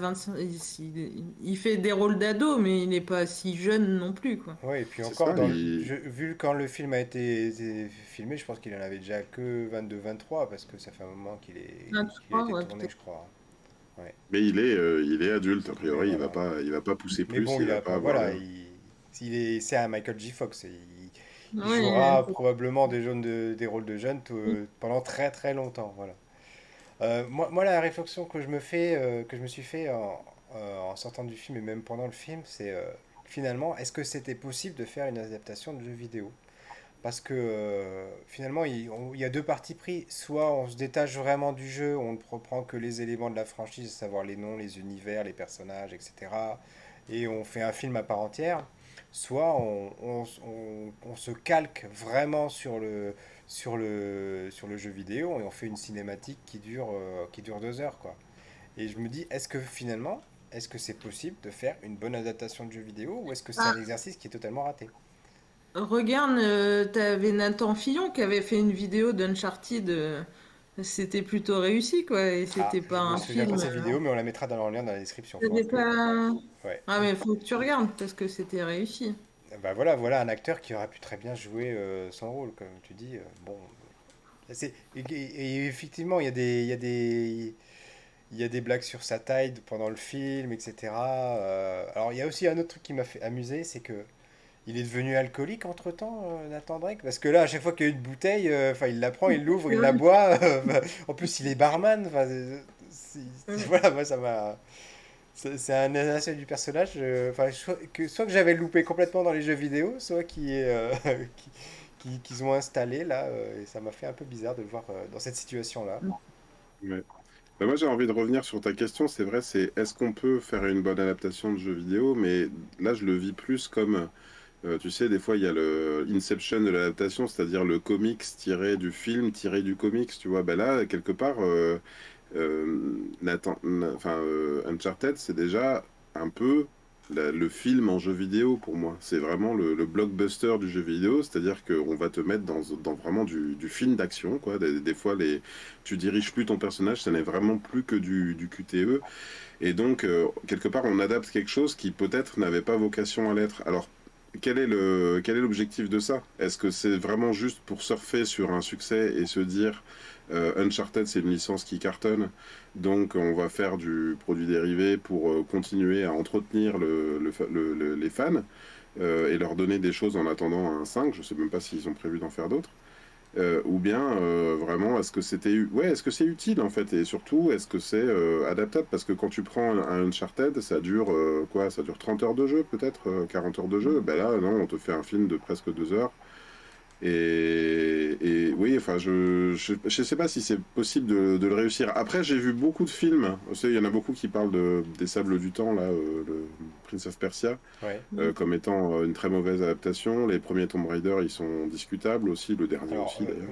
il fait des rôles d'ado, mais il n'est pas si jeune non plus, quoi. Ouais, et puis C'est encore, ça, vu quand le film a été filmé, je pense qu'il en avait déjà que 22-23, parce que ça fait un moment qu'il a 23, été ouais, tourné, peut-être. je crois. Ouais. mais il est adulte, a Oui, priori, voilà. il va pas pousser Mais plus, bon, il il va a pas pas, avoir voilà, l'air. c'est un Michael J. Fox. Il Ouais, jouera probablement des rôles de jeunes pendant très très longtemps, voilà. Moi, la réflexion que que je me suis fait en sortant du film et même pendant le film, c'est finalement, est-ce que c'était possible de faire une adaptation de jeu vidéo? Parce que finalement, il y a deux parties pris. Soit on se détache vraiment du jeu, on ne reprend que les éléments de la franchise, à savoir les noms, les univers, les personnages, etc. Et on fait un film à part entière. Soit on se calque vraiment sur le jeu vidéo et on fait une cinématique qui dure 2 heures, quoi. Et je me dis, est-ce que finalement, est-ce que c'est possible de faire une bonne adaptation de jeu vidéo ou est-ce que c'est un ah, exercice qui est totalement raté? regarde, t'avais Nathan Fillon qui avait fait une vidéo d'Uncharted. C'était plutôt réussi, quoi. Et Ah, c'était pas je me un souviens pas de film. cette vidéo, mais on la mettra dans le lien dans la description. Faudra C'était que... pas. Ouais. Ah, mais faut que tu regardes parce que c'était réussi. Bah voilà un acteur qui aurait pu très bien jouer son rôle, comme tu dis. Bon, et effectivement, il y a des blagues sur sa taille pendant le film, etc. Alors, il y a aussi un autre truc qui m'a fait amuser, c'est que il est devenu alcoolique entre-temps, Nathan Drake, parce que là, à chaque fois qu'il y a une bouteille, enfin, il la prend, il l'ouvre, C'est il la vrai. boit. En plus, il est barman. Enfin, Ouais. voilà, moi, ça m'a. C'est un aspect du personnage, enfin, soit que j'avais loupé complètement dans les jeux vidéo, soit qu'ils ont installé là, et ça m'a fait un peu bizarre de le voir dans cette situation-là. Ouais. Bah, moi, j'ai envie de revenir sur ta question. C'est vrai, c'est est-ce qu'on peut faire une bonne adaptation de jeu vidéo? Mais là, je le vis plus comme, tu sais, des fois, il y a le Inception de l'adaptation, c'est-à-dire le comics tiré du film, tiré du comics, tu vois. Ben là, quelque part, Uncharted, c'est déjà un peu le film en jeu vidéo pour moi. C'est vraiment le blockbuster du jeu vidéo, c'est-à-dire qu'on va te mettre dans vraiment du film d'action, quoi. Des fois, tu diriges plus ton personnage, ça n'est vraiment plus que du QTE. Et donc, quelque part, on adapte quelque chose qui peut-être n'avait pas vocation à l'être. Alors, quel est l'objectif de ça? Est-ce que c'est vraiment juste pour surfer sur un succès et se dire Uncharted, c'est une licence qui cartonne, donc on va faire du produit dérivé pour continuer à entretenir les fans et leur donner des choses en attendant un 5. Je sais même pas s'ils ont prévu d'en faire d'autres. Ou bien vraiment, est-ce que c'est utile en fait, et surtout, est-ce que c'est adaptable? Parce que quand tu prends un Uncharted, ça dure quoi? Ça dure 30 heures de jeu, peut-être 40 heures de jeu. Ben là, non, on te fait un film de presque 2 heures. Et oui, enfin, je sais pas si c'est possible de le réussir. Après, j'ai vu beaucoup de films. Vous savez, il y en a beaucoup qui parlent des Sables du Temps, là, le Prince of Persia, Ouais. comme étant une très mauvaise adaptation. Les premiers Tomb Raider, ils sont discutables aussi, le dernier Alors aussi d'ailleurs.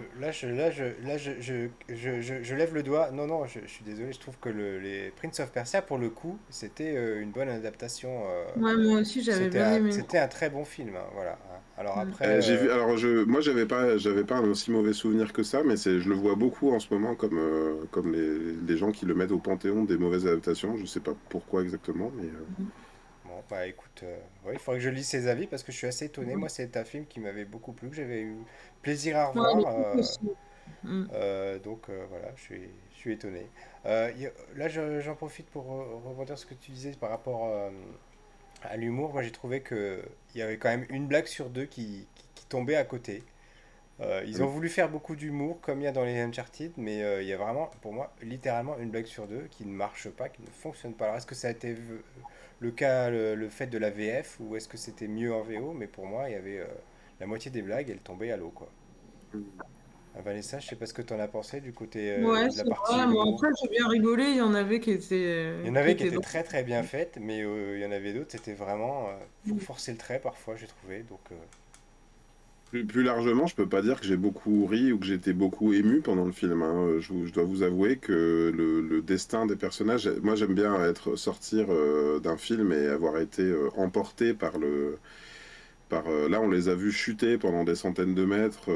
je lève le doigt. Non, non, je suis désolé, je trouve que les Prince of Persia, pour le coup, c'était une bonne adaptation. Ouais, moi aussi, j'avais bien aimé. C'était un très bon film, hein, voilà, hein. Alors Mm. après, J'ai vu, alors moi j'avais pas un aussi mauvais souvenir que ça, mais je le vois beaucoup en ce moment comme, comme les gens qui le mettent au panthéon des mauvaises adaptations. Je sais pas pourquoi exactement, mais bon, bah écoute, ouais, il faudrait que je lise ses avis parce que je suis assez étonné. Ouais, Moi, c'est un film qui m'avait beaucoup plu, que j'avais eu plaisir à ouais, le revoir. truc aussi. Mm. Donc voilà, je suis étonné. Là, j'en profite pour rebondir sur ce que tu disais par rapport à l'humour. Moi, j'ai trouvé que il y avait quand même une blague sur deux qui tombait à côté. Ils ont voulu faire beaucoup d'humour, comme il y a dans les Uncharted, mais il y a vraiment, pour moi, littéralement une blague sur deux qui ne marche pas, qui ne fonctionne pas. Alors, est-ce que ça a été le cas, le fait de la VF, ou est-ce que c'était mieux en VO? Mais pour moi, il y avait la moitié des blagues, elles tombaient à l'eau, quoi. Vanessa, je sais pas ce que tu en as pensé du côté Ouais, de la c'est partie vrai. Moi, humour. après, j'ai bien rigolé. Il y en avait Il y en qui avait qui étaient étaient drôles. très très bien faites, mais il y en avait d'autres, c'était vraiment faut forcer le trait parfois, j'ai trouvé. Donc plus largement, je peux pas dire que j'ai beaucoup ri ou que j'étais beaucoup ému pendant le film, hein. Je dois vous avouer que le destin des personnages, moi j'aime bien sortir d'un film et avoir été emporté par Là, on les a vus chuter pendant des centaines de mètres,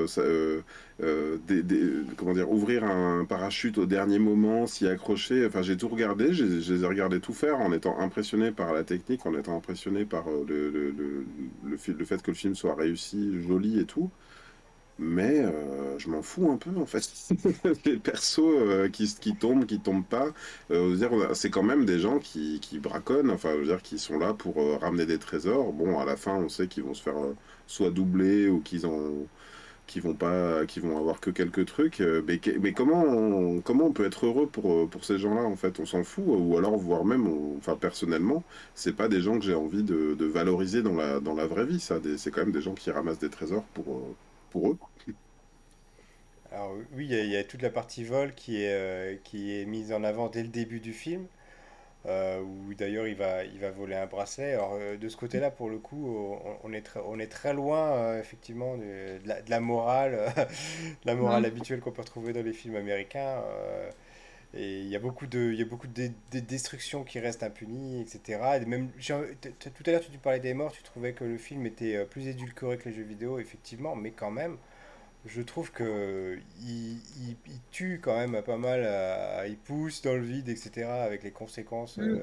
comment dire, ouvrir un parachute au dernier moment, s'y accrocher. Enfin, j'ai tout regardé, je les ai regardés tout faire en étant impressionné par la technique, en étant impressionné par le fait que le film soit réussi, joli et tout. Mais je m'en fous un peu en fait. Les persos qui tombent pas. C'est quand même des gens qui braconnent, enfin, je veux dire, qui sont là pour ramener des trésors. Bon, à la fin, on sait qu'ils vont se faire soit doubler ou qu'ils vont pas, qu'ils vont avoir que quelques trucs. Mais comment on peut être heureux pour ces gens-là en fait? On s'en fout, ou alors voire même, enfin personnellement, c'est pas des gens que j'ai envie de valoriser dans la vraie vie. C'est quand même des gens qui ramassent des trésors pour eux. Alors oui, il y a toute la partie vol qui est mise en avant dès le début du film, où d'ailleurs il va voler un bracelet. Alors de ce côté-là, pour le coup, on est très loin effectivement de la morale, de la morale Ouais. habituelle qu'on peut retrouver dans les films américains. Et il y a beaucoup de destructions qui restent impunies, etc. Et même, tout à l'heure, tu parlais des morts, tu trouvais que le film était plus édulcoré que les jeux vidéo, effectivement, mais quand même, je trouve que il tue quand même pas mal, il pousse dans le vide, etc., avec les conséquences Mm.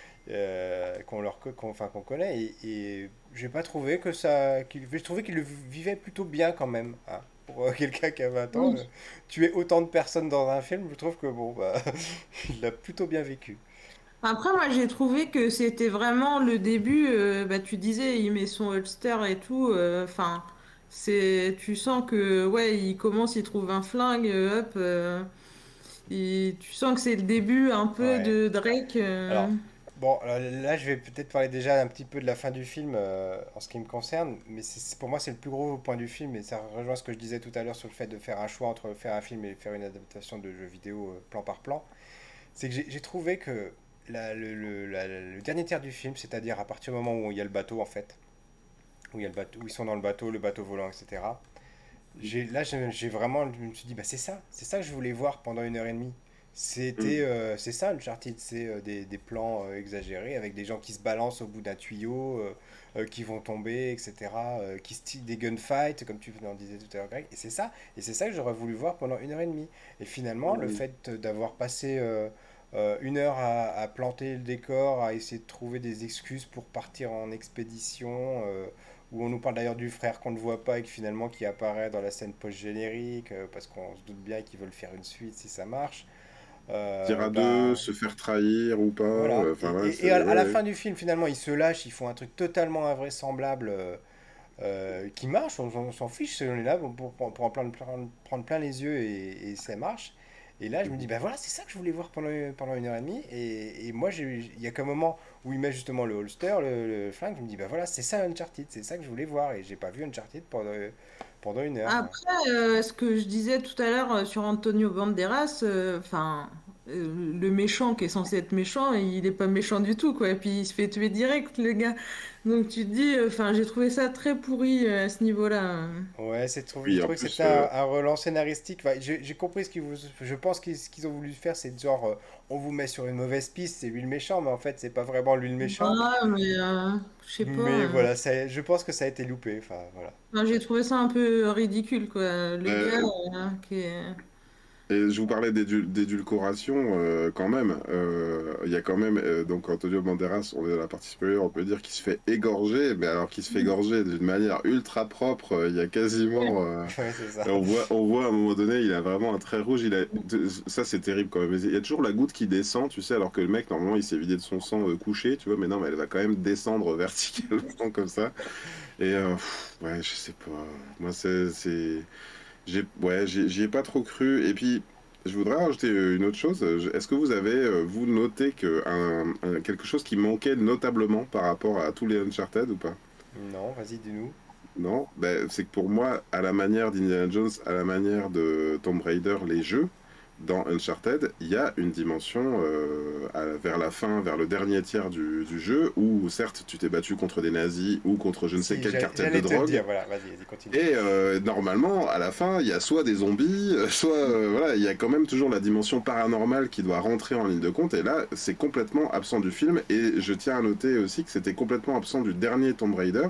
qu'on connaît. Et j'ai pas trouvé que ça, j'ai trouvé qu'il le vivait plutôt bien quand même, hein. Pour quelqu'un qui a 20 ans, Oui. tuer autant de personnes dans un film, je trouve que bon, bah, il l'a plutôt bien vécu. Après, moi, j'ai trouvé que c'était vraiment le début. Bah, tu disais, il met son holster et tout. Enfin, tu sens que, ouais, il commence, il trouve un flingue, hop. Et tu sens que c'est le début un peu Ouais. de Drake. Alors, bon, là, je vais peut-être parler déjà un petit peu de la fin du film en ce qui me concerne, mais pour moi, c'est le plus gros point du film, et ça rejoint ce que je disais tout à l'heure sur le fait de faire un choix entre faire un film et faire une adaptation de jeu vidéo plan par plan. C'est que j'ai trouvé que le dernier tiers du film, c'est-à-dire à partir du moment où il y a le bateau, en fait, où, il y a le bateau, où ils sont dans le bateau volant, etc. J'ai vraiment, je me suis dit, bah c'est ça que je voulais voir pendant 1 heure et demie. Mm. C'est ça Uncharted, c'est des plans exagérés avec des gens qui se balancent au bout d'un tuyau, qui vont tomber, etc. Des gunfights, comme tu en disais tout à l'heure, Greg. Et c'est ça que j'aurais voulu voir pendant 1 heure et demie. Et finalement, le Mm. fait d'avoir passé 1 heure à planter le décor, à essayer de trouver des excuses pour partir en expédition, où on nous parle d'ailleurs du frère qu'on ne voit pas et que finalement qui apparaît dans la scène post-générique, parce qu'on se doute bien qu'ils veulent faire une suite si ça marche. Dire à deux, Ben se faire trahir ou pas, voilà. enfin ouais, Et c'est à la ouais. fin du film, finalement, ils se lâchent, ils font un truc totalement invraisemblable qui marche, on s'en fiche, on est là pour en prendre plein les yeux et ça marche. Et là, je me dis, ben voilà, c'est ça que je voulais voir pendant 1 heure et demie. Et moi, il y a qu'un moment où il met justement le holster, le flingue, je me dis, ben voilà, c'est ça Uncharted, c'est ça que je voulais voir. Et j'ai pas vu Uncharted pendant 1 heure. Après, ce que je disais tout à l'heure sur Antonio Banderas, enfin, le méchant qui est censé être méchant, il est pas méchant du tout, quoi. Et puis il se fait tuer direct, le gars. Donc tu te dis, enfin, j'ai trouvé ça très pourri à ce niveau-là. Ouais, j'ai Puis en trouvé que c'était plus, un relent scénaristique. Enfin, j'ai compris je pense ce qu'ils ont voulu faire, c'est genre, on vous met sur une mauvaise piste, c'est lui le méchant, mais en fait, c'est pas vraiment lui le méchant. Ah, mais je sais pas. Mais voilà, je pense que ça a été loupé. Enfin, voilà. Enfin, j'ai trouvé ça un peu ridicule, quoi. Le gars euh, qui est. et je vous parlais d'édulcoration quand même. Il y a quand même, donc Antonio Banderas, on est dans la partie supérieure, on peut dire qu'il se fait égorger, mais alors qu'il se fait égorger d'une manière ultra propre. Il y a quasiment, Ouais, c'est ça. on voit à un moment donné, il a vraiment un trait rouge. Ça c'est terrible quand même. Il y a toujours la goutte qui descend, tu sais, alors que le mec normalement il s'est vidé de son sang couché, tu vois, mais non, mais elle va quand même descendre verticalement comme ça. Et ouais, je sais pas. Moi j'y ai pas trop cru. Et puis, je voudrais rajouter une autre chose. Est-ce que vous avez, vous, noté que quelque chose qui manquait notablement par rapport à tous les Uncharted ou pas? Non, vas-y, dis-nous. Non? Ben, c'est que pour moi, à la manière d'Indiana Jones, à la manière de Tomb Raider, les jeux, dans Uncharted, il y a une dimension vers la fin, vers le dernier tiers du jeu, où certes tu t'es battu contre des nazis ou contre je ne sais Si, quel cartel de j'allais te le drogue, dire. Voilà, vas-y, continue. et normalement, à la fin, il y a soit des zombies, soit voilà, il y a quand même toujours la dimension paranormale qui doit rentrer en ligne de compte. Et là, c'est complètement absent du film. Et je tiens à noter aussi que c'était complètement absent du dernier Tomb Raider,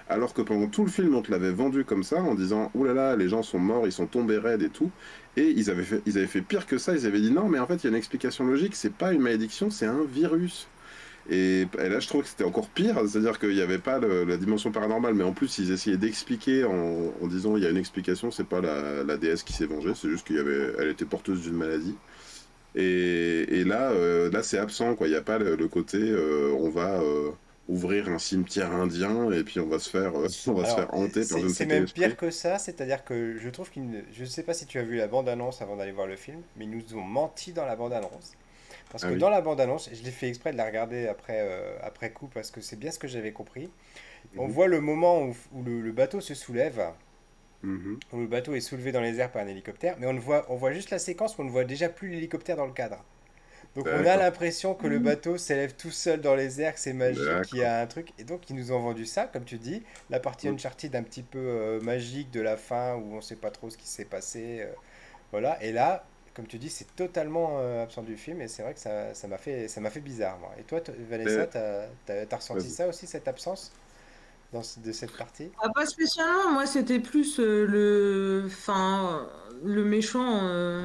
alors que pendant tout le film, on te l'avait vendu comme ça, en disant « Ouh là là, les gens sont morts, ils sont tombés raides et tout ». Et ils avaient fait pire que ça, ils avaient dit « Non, mais en fait, il y a une explication logique, c'est pas une malédiction, c'est un virus ». Et là, je trouve que c'était encore pire, c'est-à-dire qu'il n'y avait pas la dimension paranormale, mais en plus, ils essayaient d'expliquer en disant il y a une explication, c'est pas la déesse qui s'est vengée, c'est juste elle était porteuse d'une maladie. Et là, là c'est absent, quoi. Il n'y a pas le côté on va ouvrir un cimetière indien et puis on va se faire, on va se Alors, faire hanter par je ne c'est sais quel même esprit. pire que ça, c'est-à-dire que je trouve je ne sais pas si tu as vu la bande-annonce avant d'aller voir le film, mais ils nous ont menti dans la bande-annonce. Parce Ah que oui. dans la bande-annonce, je l'ai fait exprès de la regarder après coup, parce que c'est bien ce que j'avais compris. On Mhm. voit le moment où le bateau se soulève, Mhm. où le bateau est soulevé dans les airs par un hélicoptère, mais on voit juste la séquence où on ne voit déjà plus l'hélicoptère dans le cadre. Donc on a D'accord. l'impression que le bateau s'élève tout seul dans les airs, que c'est magique, qu'il y D'accord. a un truc. Et donc ils nous ont vendu ça, comme tu dis, la partie Mm. Uncharted un petit peu magique de la fin, où on ne sait pas trop ce qui s'est passé. Voilà. Et là, comme tu dis, c'est totalement absent du film, et c'est vrai que ça m'a fait bizarre, moi. Et toi, Vanessa, Mais, t'as ressenti vas-y. ça aussi, cette absence de cette partie? Ah, pas spécialement, moi c'était plus enfin, le méchant,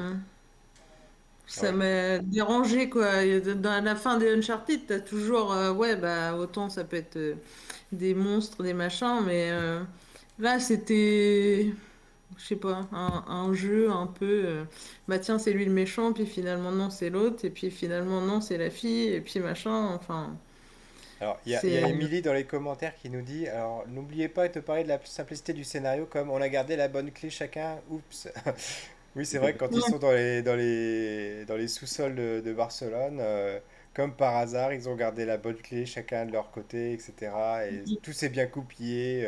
ça Oui. m'a dérangé quoi. Et dans la fin des Uncharted, t'as toujours, ouais, bah autant ça peut être des monstres, des machins, mais là c'était, je sais pas, un jeu un peu, bah tiens, c'est lui le méchant, puis finalement non, c'est l'autre, et puis finalement non, c'est la fille, et puis machin, enfin, Alors, il y a c'est. Émilie dans les commentaires qui nous dit, alors n'oubliez pas de parler de la simplicité du scénario comme on a gardé la bonne clé chacun, oups. Oui, c'est vrai que quand ils sont dans les sous-sols de Barcelone, comme par hasard, ils ont gardé la bonne clé chacun de leur côté, etc. Et tout s'est bien coupillé.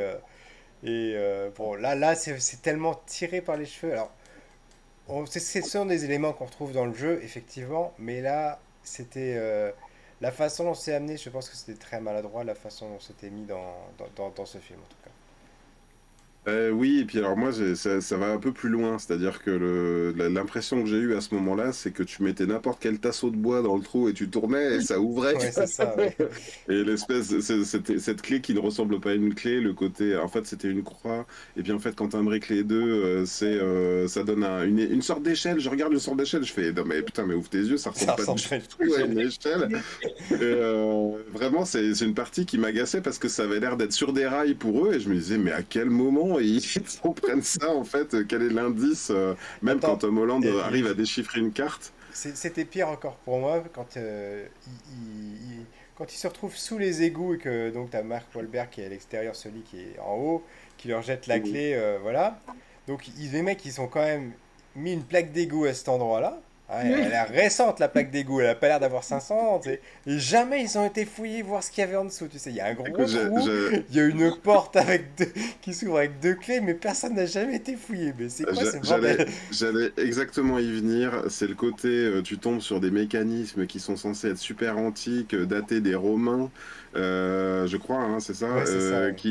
Bon, là c'est tellement tiré par les cheveux. Alors, ce sont des éléments qu'on retrouve dans le jeu, effectivement, mais là, c'était la façon dont c'est amené, je pense que c'était très maladroit, la façon dont c'était mis dans ce film, en tout cas. Oui, et puis alors moi, ça va un peu plus loin, c'est-à-dire que l'impression que j'ai eue à ce moment-là, c'est que tu mettais n'importe quel tasseau de bois dans le trou et tu tournais et ça ouvrait. Ouais, c'est ça, oui. Et cette clé qui ne ressemble pas à une clé, le côté, en fait, c'était une croix. Et puis en fait, quand tu imbriques les deux, ça donne une sorte d'échelle. Je regarde une sorte d'échelle, je fais, non mais putain, mais ouvre tes yeux, ça ressemble Ça pas du ressemble pas du tout à tout une à une chaîne. échelle. Et, vraiment, c'est une partie qui m'agaçait parce que ça avait l'air d'être sur des rails pour eux et je me disais, mais à quel moment ils comprennent ça en fait? Quel est l'indice? Même quand Attends, Tom Holland arrive à et déchiffrer une carte. c'était pire encore pour moi quand, quand ils se retrouvent sous les égouts et que donc tu as Mark Wahlberg qui est à l'extérieur, celui qui est en haut, qui leur jette la Mhm. clé, voilà. Donc les mecs, ils ont quand même mis une plaque d'égout à cet endroit-là. Ah, elle est récente, la plaque d'égout, elle a pas l'air d'avoir 500 ans, tu sais. Et jamais ils ont été fouillés voir ce qu'il y avait en dessous, tu sais. Il y a un gros Écoute, trou, il y a une porte qui s'ouvre avec deux clés, mais personne n'a jamais été fouillé. Mais c'est quoi ce bordel? J'allais exactement y venir. C'est le côté, tu tombes sur des mécanismes qui sont censés être super antiques, datés des Romains, je crois, hein, c'est ça, Ouais, c'est ça, oui.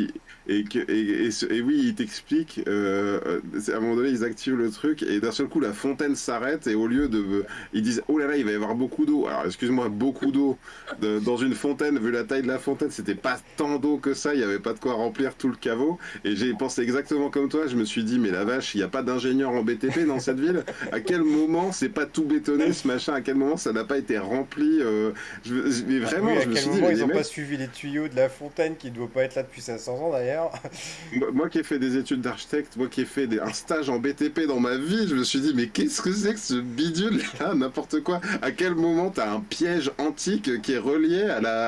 et oui, ils t'expliquent. À un moment donné, ils activent le truc et d'un seul coup, la fontaine s'arrête et au lieu de, ils disent, oh là là, il va y avoir beaucoup d'eau. Alors, excuse-moi, beaucoup d'eau dans une fontaine. Vu la taille de la fontaine, c'était pas tant d'eau que ça. Il y avait pas de quoi remplir tout le caveau. Et j'ai pensé exactement comme toi, je me suis dit, mais la vache, il n'y a pas d'ingénieur en BTP dans cette ville? À quel moment c'est pas tout bétonné ce machin? À quel moment ça n'a pas été rempli? Mais Ah, oui, vraiment, à je me quel suis dit, moment mais ils les n'ont pas mecs, suivi les tuyaux de la fontaine qui ne doit pas être là depuis 500 ans d'ailleurs. moi qui ai fait des études d'architecte, moi qui ai fait un stage en BTP dans ma vie, je me suis dit, mais qu'est-ce que c'est que ce bidule là? N'importe quoi. À quel moment t'as un piège antique qui est relié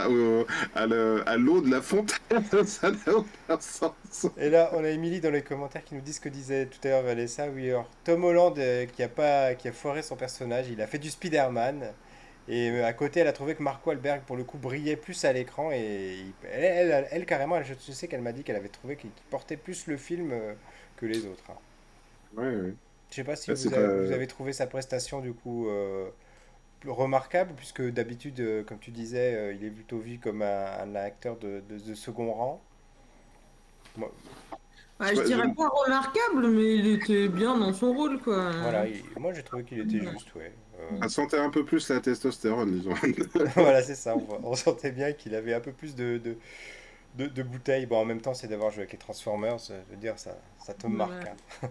à l'eau de la fontaine? Ça n'a aucun sens. Et là, on a Émilie dans les commentaires qui nous dit ce que disait tout à l'heure Vanessa. Oui, alors Tom Holland qui a foiré son personnage, il a fait du Spider-Man. Et à côté, elle a trouvé que Mark Wahlberg, pour le coup, brillait plus à l'écran. Et carrément, je sais qu'elle m'a dit qu'elle avait trouvé qu'il portait plus le film que les autres, hein. Ouais, ouais. Je sais pas si Là, c'est pas. vous avez trouvé sa prestation, du coup, plus remarquable, puisque d'habitude, comme tu disais, il est plutôt vu comme un acteur de second rang. Moi, Bah, je Ouais, dirais pas remarquable, mais il était bien dans son rôle, quoi. voilà, moi j'ai trouvé qu'il était juste, ouais. elle sentait un peu plus la testostérone, disons. Voilà, c'est ça. On sentait bien qu'il avait un peu plus de bouteilles. Bon, en même temps, c'est d'avoir joué avec les Transformers. Je veux dire, ça te marque. Voilà. Hein.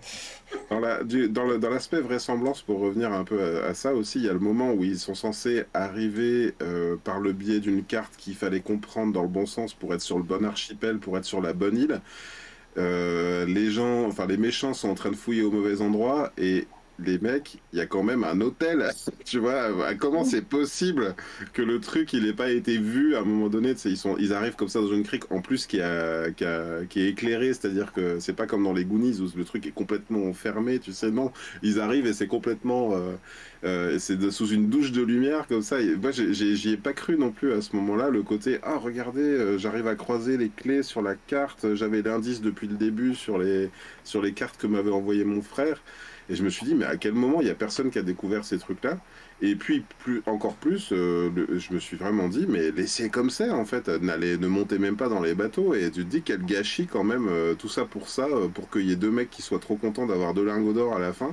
Dans l'aspect vraisemblance, pour revenir un peu à ça aussi, il y a le moment où ils sont censés arriver par le biais d'une carte qu'il fallait comprendre dans le bon sens pour être sur le bon archipel, pour être sur la bonne île. Les gens, enfin les méchants sont en train de fouiller au mauvais endroit et les mecs, il y a quand même un hôtel. Tu vois, comment c'est possible que le truc il ait pas été vu à un moment donné, tu sais, ils arrivent comme ça dans une crique en plus qui est éclairée, c'est-à-dire que c'est pas comme dans les Goonies où le truc est complètement fermé, tu sais, non, ils arrivent et c'est complètement sous une douche de lumière comme ça. Et moi, j'y ai pas cru non plus à ce moment-là. Le côté, ah, regardez, j'arrive à croiser les clés sur la carte. J'avais l'indice depuis le début sur les cartes que m'avait envoyé mon frère. Et je me suis dit, mais à quel moment il y a personne qui a découvert ces trucs-là? Et puis, encore plus, je me suis vraiment dit, mais laissez comme ça, en fait, ne montez même pas dans les bateaux. Et tu te dis, quel gâchis quand même, tout ça, pour qu'il y ait deux mecs qui soient trop contents d'avoir deux lingots d'or à la fin.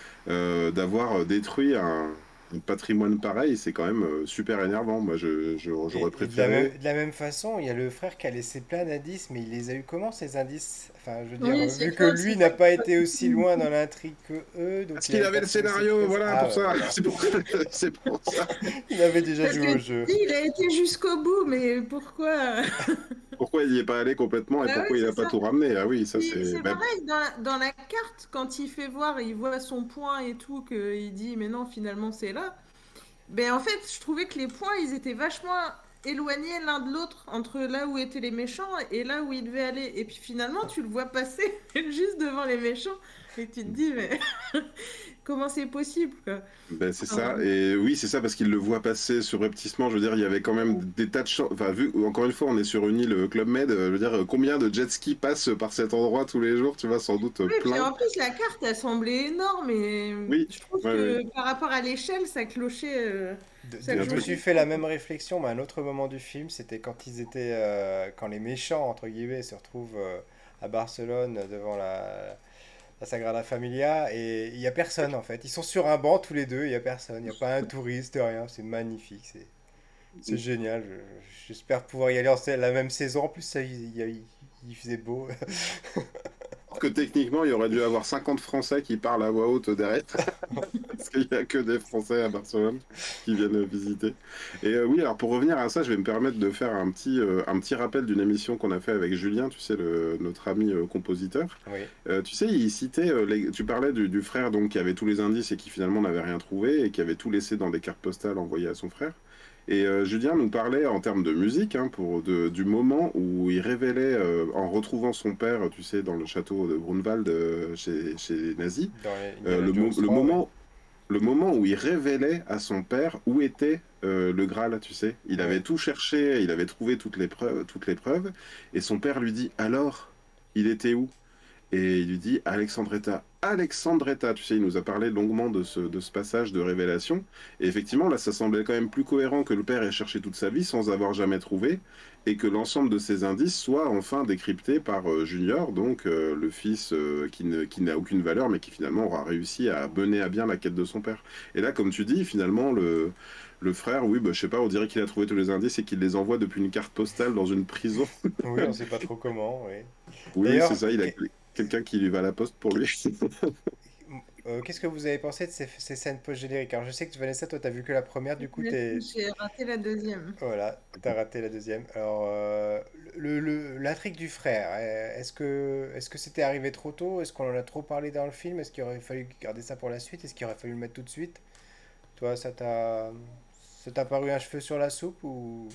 D'avoir détruit un patrimoine pareil, c'est quand même super énervant. Moi, j'aurais Et préféré. de la même façon, il y a le frère qui a laissé plein d'indices, mais il les a eu comment ces indices? Enfin, je veux dire, Oui, vu c'est que ça, lui c'est n'a ça. pas été aussi loin dans l'intrigue que eux, donc Parce il qu'il avait avait pas le trouvé ses scénario, pièces. voilà, Ah, pour ouais, ça. voilà. C'est pour ça. Il avait déjà Parce joué que au tu jeu. dis, il a été jusqu'au bout, mais pourquoi? Pourquoi il n'y est pas allé complètement et Bah oui, pourquoi il c'est n'a pas ça. tout ramené? Ah oui, ça Puis c'est. c'est pareil, dans la carte, quand il fait voir, il voit son point et tout, qu'il dit, mais non, finalement, c'est là. Ben, en fait, je trouvais que les points, ils étaient vachement éloignés l'un de l'autre, entre là où étaient les méchants et là où il devait aller. Et puis finalement, tu le vois passer juste devant les méchants, et tu te dis, mais comment c'est possible, quoi? Ben, c'est Alors, ça, et oui, c'est ça, parce qu'il le voit passer surrepticement. Je veux dire, il y avait quand même des tas de chances. Enfin, vu, encore une fois, on est sur une île Club Med, je veux dire, combien de jet skis passent par cet endroit tous les jours? Tu vois, sans doute oui, puis plein. en plus, la carte, elle semblait énorme, et Oui, je trouve ouais, ouais. que par rapport à l'échelle, ça clochait, ça Je me suis clochait fait pas, la quoi. même réflexion, mais à un autre moment du film, c'était quand ils étaient, quand les méchants entre guillemets se retrouvent à Barcelone devant la Sagrada Familia et il y a personne en fait. Ils sont sur un banc tous les deux, il y a personne, il n'y a pas un touriste, rien. C'est magnifique, c'est génial. J'espère pouvoir y aller la même saison. En plus, il faisait beau. Alors que techniquement, il y aurait dû avoir 50 Français qui parlent à voix haute derrière. Parce qu'il n'y a que des Français à Barcelone qui viennent visiter. Et oui, alors pour revenir à ça, je vais me permettre de faire un petit rappel d'une émission qu'on a fait avec Julien, tu sais, notre ami compositeur. Oui. Tu sais, il citait, tu parlais du frère donc, qui avait tous les indices et qui finalement n'avait rien trouvé et qui avait tout laissé dans des cartes postales envoyées à son frère. Et Julien nous parlait en termes de musique, hein, du moment où il révélait, en retrouvant son père, tu sais, dans le château de Grunwald chez les nazis, Dans euh, Indiana le, Jones mo- le 3, oui. moment le moment où il révélait à son père où était le Graal, tu sais. Il Oui. avait tout cherché, il avait trouvé toutes les preuves, et son père lui dit, alors, il était où? Et il lui dit, Alexandretta. Alexandretta, tu sais, il nous a parlé longuement de ce passage de révélation. Et effectivement, là, ça semblait quand même plus cohérent que le père ait cherché toute sa vie sans avoir jamais trouvé, et que l'ensemble de ces indices soit enfin décrypté par Junior, donc le fils qui n'a aucune valeur, mais qui finalement aura réussi à mener à bien la quête de son père. Et là, comme tu dis, finalement, le frère, oui, bah, je sais pas, on dirait qu'il a trouvé tous les indices et qu'il les envoie depuis une carte postale dans une prison. Oui, on sait pas trop comment, oui. Oui, oui, c'est D'ailleurs, ça, il a quelqu'un qui lui va à la poste pour lui. qu'est-ce que vous avez pensé de ces scènes post-génériques? Alors, je sais que Vanessa, toi, t'as vu que la première, du coup, J'ai raté la deuxième. voilà, t'as raté la deuxième. Alors, l'intrigue du frère, est-ce que c'était arrivé trop tôt? Est-ce qu'on en a trop parlé dans le film? Est-ce qu'il aurait fallu garder ça pour la suite? Est-ce qu'il aurait fallu le mettre tout de suite? Toi, ça t'a paru un cheveu sur la soupe ou...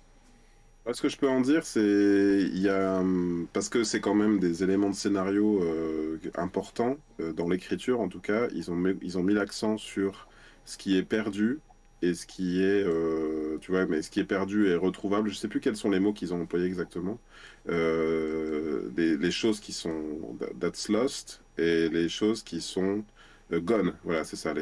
Moi, ce que je peux en dire, c'est il y a parce que c'est quand même des éléments de scénario importants dans l'écriture, en tout cas, ils ont mis l'accent sur ce qui est perdu et ce qui est, tu vois, mais ce qui est perdu est retrouvable. Je sais plus quels sont les mots qu'ils ont employés exactement. Les choses qui sont that's lost et les choses qui sont gone. Voilà, c'est ça.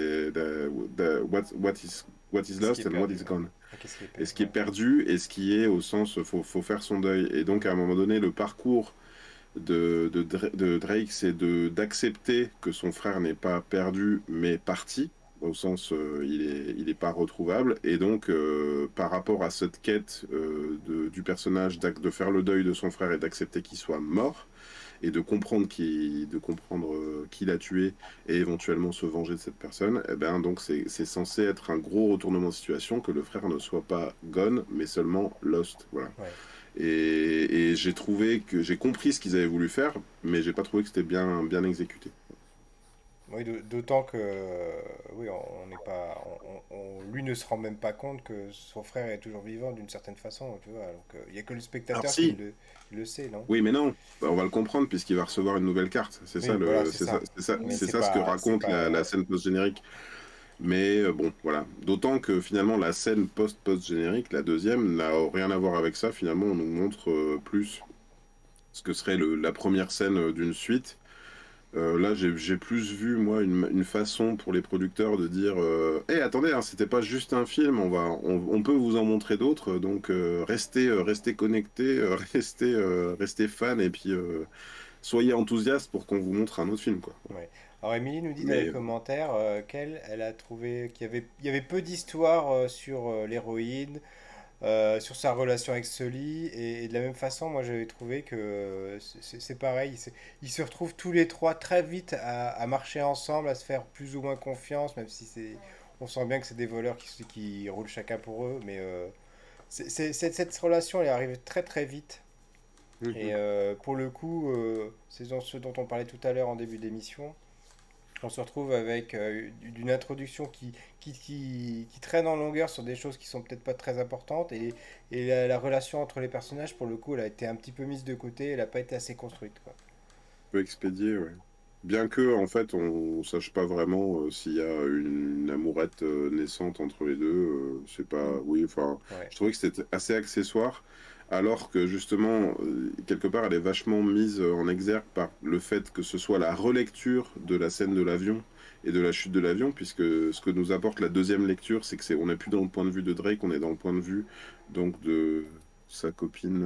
What is Ce qui est lost and what perdu, is ouais. gone. Ah, qu'est-ce qui est Et perdu, ce qui est ouais. perdu et ce qui est au sens faut faire son deuil. Et donc à un moment donné, le parcours de Drake, c'est d'accepter que son frère n'est pas perdu mais parti. au sens il est pas retrouvable, et donc par rapport à cette quête du personnage de faire le deuil de son frère et d'accepter qu'il soit mort, et de comprendre qui l'a tué et éventuellement se venger de cette personne, et ben donc c'est censé être un gros retournement de situation, que le frère ne soit pas gone mais seulement lost, voilà. Ouais. Et j'ai trouvé que j'ai compris ce qu'ils avaient voulu faire, mais j'ai pas trouvé que c'était bien exécuté. Oui, d'autant que oui, on n'est pas, lui ne se rend même pas compte que son frère est toujours vivant d'une certaine façon, tu vois. Donc il n'y a que le Alors spectateur si, qui le sait, non? oui mais non, bah, on va le comprendre puisqu'il va recevoir une nouvelle carte. C'est ça Oui, voilà, c'est ça. Mais c'est c'est ça ce que pas, c'est raconte la pas. scène post-générique. Mais bon, voilà. D'autant que finalement, la scène post-générique, la deuxième, n'a rien à voir avec ça. Finalement, on nous montre plus ce que serait la première scène d'une suite. Là, j'ai plus vu, moi, une façon pour les producteurs de dire hey, attendez, hein, c'était pas juste un film, on peut vous en montrer d'autres, donc restez connectés, restez fans, et puis soyez enthousiastes pour qu'on vous montre un autre film, quoi. Ouais. Alors, Émilie nous dit dans les Mais commentaires qu'elle elle a trouvé il y avait peu d'histoires sur l'héroïne, sur sa relation avec Sully, et de la même façon, moi j'avais trouvé que c'est pareil, ils se retrouvent tous les trois très vite à marcher ensemble, à se faire plus ou moins confiance, même si on sent bien que c'est des voleurs qui roulent chacun pour eux, mais cette relation elle arrive très très vite. Et Mhm. pour le coup, c'est dans ce dont on parlait tout à l'heure en début d'émission. On se retrouve avec d'une introduction qui traîne en longueur sur des choses qui sont peut-être pas très importantes, et la relation entre les personnages, pour le coup, elle a été un petit peu mise de côté, elle n'a pas été assez construite, quoi. Peu expédié, ouais. Bien que, en fait, on sache pas vraiment s'il y a une amourette naissante entre les deux, c'est pas. Oui, enfin, Ouais. je trouvais que c'était assez accessoire, alors que justement, quelque part, elle est vachement mise en exergue par le fait que ce soit la relecture de la scène de l'avion et de la chute de l'avion, puisque ce que nous apporte la deuxième lecture, c'est que on n'est plus dans le point de vue de Drake, on est dans le point de vue donc de sa copine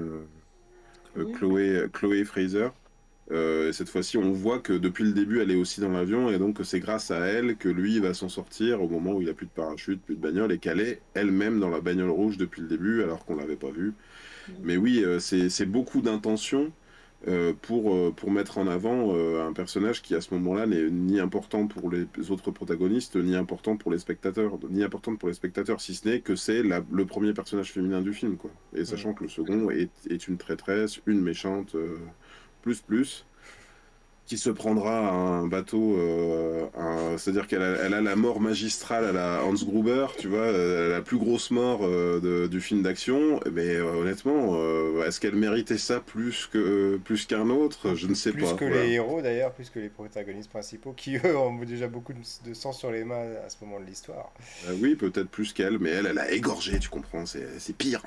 Chloé. Chloé Fraser. Et cette fois-ci, on voit que depuis le début, elle est aussi dans l'avion, et donc que c'est grâce à elle que lui va s'en sortir au moment où il a plus de parachute, plus de bagnole, et qu'elle est elle-même dans la bagnole rouge depuis le début, alors qu'on l'avait pas vue. Mais oui, c'est beaucoup d'intention pour mettre en avant un personnage qui, à ce moment-là, n'est ni important pour les autres protagonistes, ni important pour les spectateurs, ni importante pour les spectateurs, si ce n'est que c'est le premier personnage féminin du film, quoi. Et Mm. sachant que le second est une traîtresse, une méchante, plus, qui se prendra à un bateau, c'est-à-dire elle a la mort magistrale à la Hans Gruber, tu vois, la plus grosse mort du film d'action, mais honnêtement, est-ce qu'elle méritait ça plus qu'un autre? Je ne sais Plus pas, que voilà. les héros, d'ailleurs, plus que les protagonistes principaux, qui eux ont déjà beaucoup de sang sur les mains à ce moment de l'histoire. Oui, peut-être plus qu'elle, mais elle a égorgé, tu comprends, c'est pire.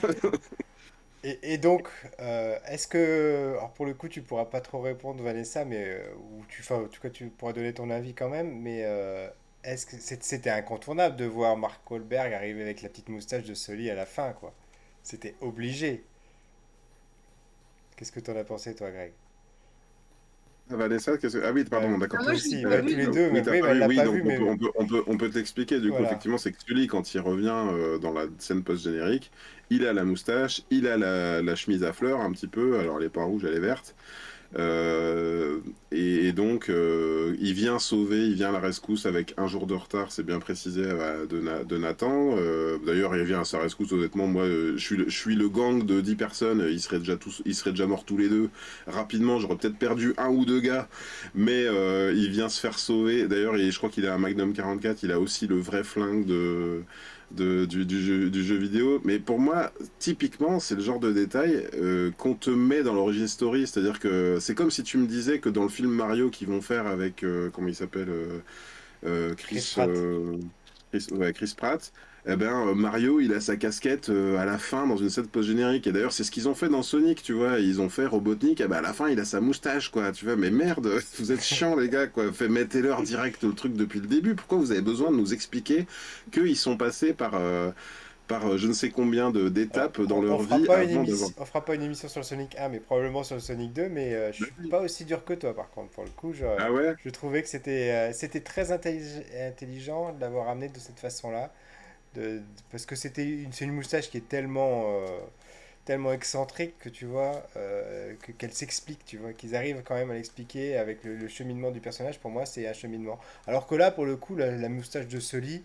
Et donc, est-ce que, alors pour le coup, tu pourras pas trop répondre, Vanessa, mais enfin, en tout cas, tu pourras donner ton avis quand même, mais est-ce que c'était incontournable de voir Mark Wahlberg arriver avec la petite moustache de Sully à la fin, quoi? C'était obligé. Qu'est-ce que t'en as pensé, toi, Greg? Ah, Vanessa, ah oui, Bah, pardon, d'accord. Ah, moi, toi je l'ai aussi, pas ouais, vu, tous les donc. deux, mais Oui, t'as oui, mais pas elle vu, l'a oui, pas donc vu, mais on peut t'expliquer, du coup, voilà. effectivement, c'est que Sully, quand il revient dans la scène post-générique, il a la moustache, il a la chemise à fleurs, un petit peu, alors elle est pas rouge, elle est verte. Et donc, il vient à la rescousse avec un jour de retard, c'est bien précisé, de Nathan. D'ailleurs, il vient à sa rescousse, honnêtement, moi, je suis le gang de 10 personnes, ils seraient déjà morts tous les deux. Rapidement, j'aurais peut-être perdu un ou deux gars, mais il vient se faire sauver. D'ailleurs, je crois qu'il a un Magnum 44, il a aussi le vrai flingue du jeu vidéo. Mais pour moi, typiquement, c'est le genre de détail qu'on te met dans l'origin story. C'est-à-dire que c'est comme si tu me disais que dans le film Mario qu'ils vont faire avec, comment il s'appelle, Chris Chris, Pratt. Ouais, Chris Pratt. Eh ben, Mario, il a sa casquette à la fin dans une scène post-générique. Et d'ailleurs, c'est ce qu'ils ont fait dans Sonic, tu vois. Ils ont fait Robotnik, eh ben, à la fin, il a sa moustache, quoi. Tu vois, mais merde, vous êtes chiants, les gars, quoi. Mettez-leur direct le truc depuis le début. Pourquoi vous avez besoin de nous expliquer qu'ils sont passés par je ne sais combien d'étapes dans leur fera vie pas une avant d'avoir. émission, on fera pas une émission sur le Sonic 1, mais probablement sur le Sonic 2. Mais je suis pas aussi dur que toi, par contre. Pour le coup, Ah ouais? je trouvais que c'était très intelligent de l'avoir amené de cette façon-là. Parce que c'est une moustache qui est tellement excentrique que tu vois, qu'elle s'explique, tu vois, qu'ils arrivent quand même à l'expliquer avec le cheminement du personnage. Pour moi, c'est un cheminement. Alors que là, pour le coup, la moustache de Sully,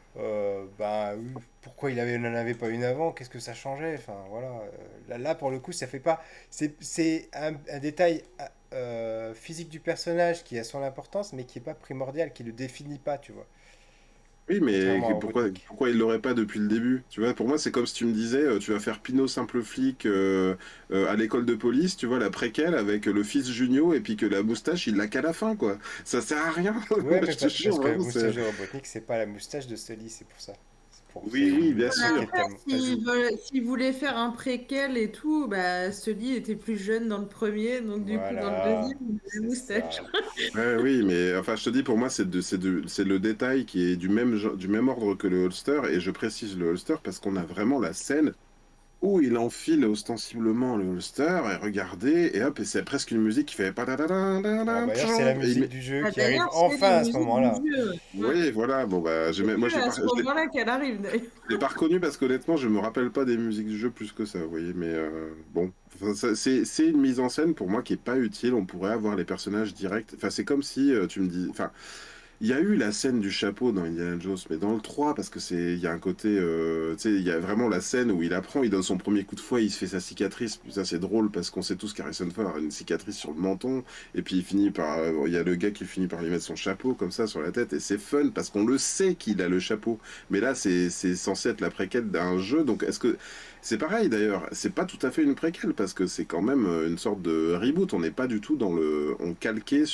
oui, pourquoi n'en avait pas une avant? Qu'est-ce que ça changeait? Enfin, voilà. Là, pour le coup, ça fait pas. C'est un détail physique du personnage qui a son importance, mais qui est pas primordial, qui le définit pas, tu vois. Oui, mais Contrairement à Robotnik. pourquoi il l'aurait pas depuis le début? Tu vois, pour moi, c'est comme si tu me disais, tu vas faire Pinot simple flic à l'école de police, tu vois, la préquelle avec le fils Junio, et puis que la moustache, il l'a qu'à la fin, quoi. Ça sert à rien. Ouais, Moi, mais je te parce jure, que la vraiment, c'est. moustache de Robotnik, c'est pas la moustache de Sully, c'est pour ça. C'est Oui, oui, une bien moustache qui sûr. est Après, tellement. Vas-y. s'ils voulaient faire un préquel et tout, bah, Sully était plus jeune dans le premier, donc du coup, dans le Voilà, deuxième, il a la c'est moustache. ça. Ouais, oui, mais enfin, je te dis, pour moi, c'est le détail qui est du même ordre que le holster, et je précise le holster parce qu'on a vraiment la scène où il enfile ostensiblement le holster, et regardez, et hop, et c'est presque une musique qui fait Alors d'ailleurs, c'est la musique du jeu Ah, qui arrive d'ailleurs, c'est enfin la à ce musique du moment-là. jeu. Ouais. Oui, voilà, bon, bah, C'est moi, que à ce moment-là qu'elle arrive, d'ailleurs. je l'ai pas reconnu parce qu'honnêtement, je me rappelle pas des musiques du jeu plus que ça, vous voyez, mais bon. Enfin, c'est une mise en scène pour moi qui est pas utile. On pourrait avoir les personnages directs. Enfin, c'est comme si tu me dis. Enfin, il y a eu la scène du chapeau dans Indiana Jones, mais dans le 3 parce que il y a un côté, tu sais, il y a vraiment la scène où il apprend, il donne son premier coup de fouet, il se fait sa cicatrice. Puis ça, c'est drôle parce qu'on sait tous qu'Harrison Ford a une cicatrice sur le menton, et puis il y a le gars qui finit par lui mettre son chapeau comme ça sur la tête, et c'est fun parce qu'on le sait qu'il a le chapeau. Mais là, c'est censé être la préquelle d'un jeu, donc est-ce que c'est pareil d'ailleurs, c'est pas tout à fait une préquelle parce que c'est quand même une sorte de reboot. On n'est pas du tout on calqué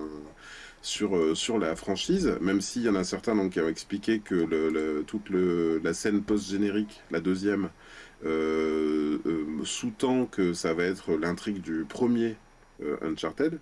sur la franchise, même s'il y en a certains donc, qui ont expliqué que la scène post-générique, la deuxième, sous-tend que ça va être l'intrigue du premier Uncharted.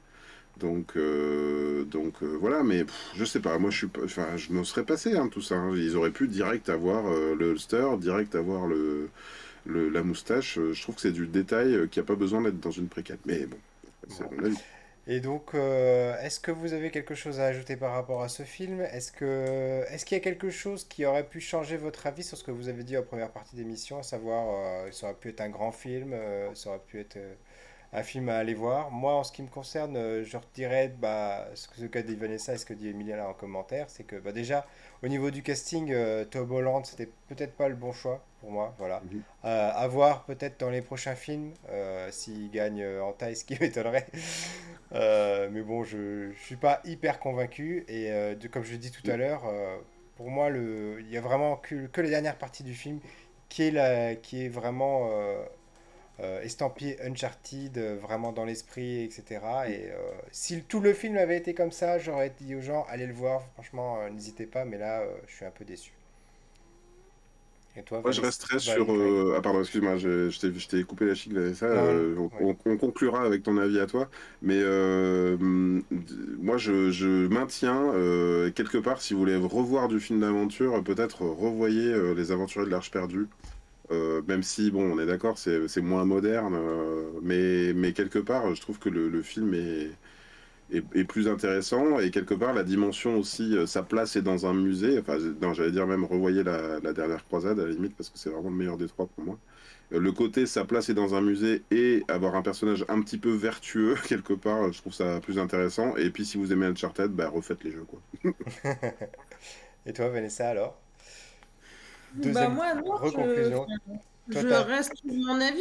Voilà, mais je sais pas, moi enfin, je m'en serais passé tout ça. Hein. Ils auraient pu direct avoir le holster, direct avoir la moustache. Je trouve que c'est du détail qui a pas besoin d'être dans une préquelle. Mais bon, c'est Bon. mon avis. Et donc, est-ce que vous avez quelque chose à ajouter par rapport à ce film? Est-ce qu'il y a quelque chose qui aurait pu changer votre avis sur ce que vous avez dit en première partie d'émission, à savoir, ça aurait pu être un grand film, ça aurait pu être un film à aller voir. Moi, en ce qui me concerne, je redirais ce qu'a dit Vanessa et ce que dit Emilia là en commentaire, c'est que déjà, au niveau du casting, Tom Holland, c'était peut-être pas le bon choix pour moi. Voilà. Mhm. À voir peut-être dans les prochains films, s'il gagne en taille, ce qui m'étonnerait. Mais bon, je suis pas hyper convaincu. Et comme je l'ai dit tout à l'heure, pour moi, il y a vraiment que les dernières parties du film qui est vraiment estampillé Uncharted, vraiment dans l'esprit, etc. Et si tout le film avait été comme ça, j'aurais dit aux gens, allez le voir, franchement, n'hésitez pas, mais là, je suis un peu déçu. Et toi, Moi, je Vanessa? resterai sur. Greg? Ah, pardon, excuse-moi, je t'ai coupé la chic, ça. Non, non, oui. On conclura avec ton avis à toi. Mais moi, je maintiens, quelque part, si vous voulez revoir du film d'aventure, peut-être revoyez Les Aventuriers de l'Arche perdue. Même si, bon, on est d'accord, c'est moins moderne. Mais quelque part, je trouve que le film est plus intéressant et quelque part la dimension aussi, sa place est dans un musée. Enfin, non, j'allais dire même revoyer la dernière croisade à la limite parce que c'est vraiment le meilleur des trois pour moi. Le côté sa place est dans un musée et avoir un personnage un petit peu vertueux quelque part, je trouve ça plus intéressant. Et puis si vous aimez Uncharted, bah refaites les jeux quoi. Et toi, Vanessa, alors? Bah Deuxième moi, non, reconclusion. Toi, je reste sur mon avis.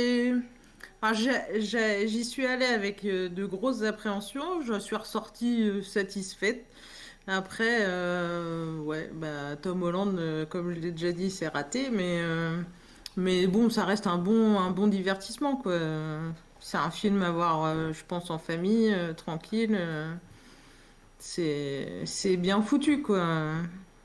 J'y suis allée avec de grosses appréhensions. Je suis ressortie satisfaite. Après, ouais, bah, Tom Holland, comme je l'ai déjà dit, c'est raté, mais bon, ça reste un bon divertissement, quoi. C'est un film à voir, je pense, en famille, tranquille. C'est bien foutu, quoi.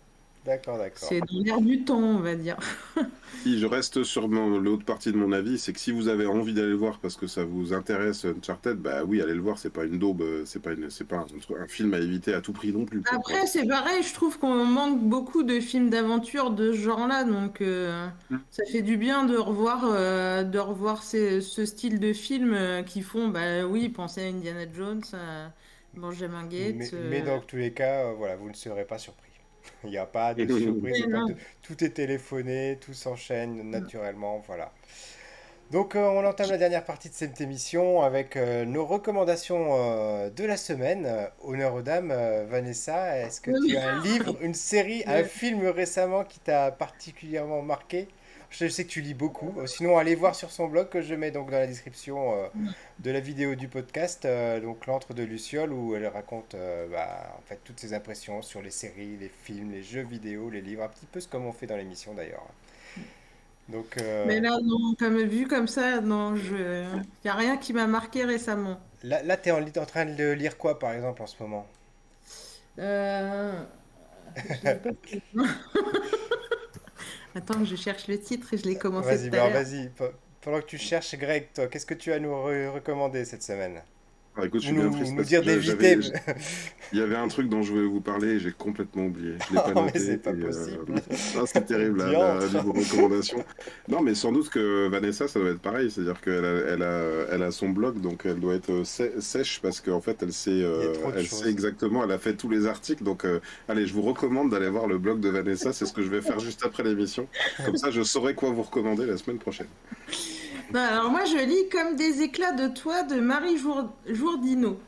D'accord, d'accord. C'est dans l'air du temps, on va dire. Si je reste sur l'autre partie de mon avis, c'est que si vous avez envie d'aller le voir parce que ça vous intéresse Uncharted, bah oui, allez le voir, c'est pas une daube, c'est pas un film à éviter à tout prix non plus, quoi. Voilà. Après, c'est pareil, je trouve qu'on manque beaucoup de films d'aventure de ce genre-là, donc ça fait du bien de revoir ce style de films qui font, bah oui, penser à Indiana Jones, à Benjamin Gates. Mais dans tous les cas, voilà, vous ne serez pas surpris. Il n'y a pas de surprise, il y a pas Non. de... tout est téléphoné, tout s'enchaîne naturellement, voilà. Donc on entame la dernière partie de cette émission avec nos recommandations de la semaine. Honneur aux dames, Vanessa, est-ce que tu Oui. as un livre, une série, un film récemment qui t'a particulièrement marqué? Je sais que tu lis beaucoup. Sinon, allez voir sur son blog que je mets donc dans la description de la vidéo du podcast, donc l'antre de Luciole, où elle raconte en fait toutes ses impressions sur les séries, les films, les jeux vidéo, les livres, un petit peu ce comme on fait dans l'émission d'ailleurs. Donc Mais là, non, comme vu comme ça, non, il n'y a rien qui m'a marqué récemment. là tu es en train de lire quoi par exemple en ce moment? Euh, je l'ai pas fait. Attends, je cherche le titre et je l'ai commencé Vas-y, tout à bah l'heure. vas-y. Pendant que tu cherches, Greg, toi, qu'est-ce que tu as à nous recommander cette semaine? Ah, écoute, je Ou suis bien nous, triste nous parce que dire d'éviter. il y avait un truc dont je voulais vous parler et j'ai complètement oublié. Je l'ai pas Oh, mais noté c'est pas possible. ah, c'est terrible Diantre. niveau recommandation. Non, mais sans doute que Vanessa, ça doit être pareil. C'est-à-dire elle a son blog, donc elle doit être sèche parce qu'en fait, Il y a trop de elle sait choses. exactement, elle a fait tous les articles. Donc, allez, je vous recommande d'aller voir le blog de Vanessa. C'est ce que je vais faire juste après l'émission. Comme ça, je saurai quoi vous recommander la semaine prochaine. Non, alors moi, je lis Comme des éclats de toi de Marie Jourdino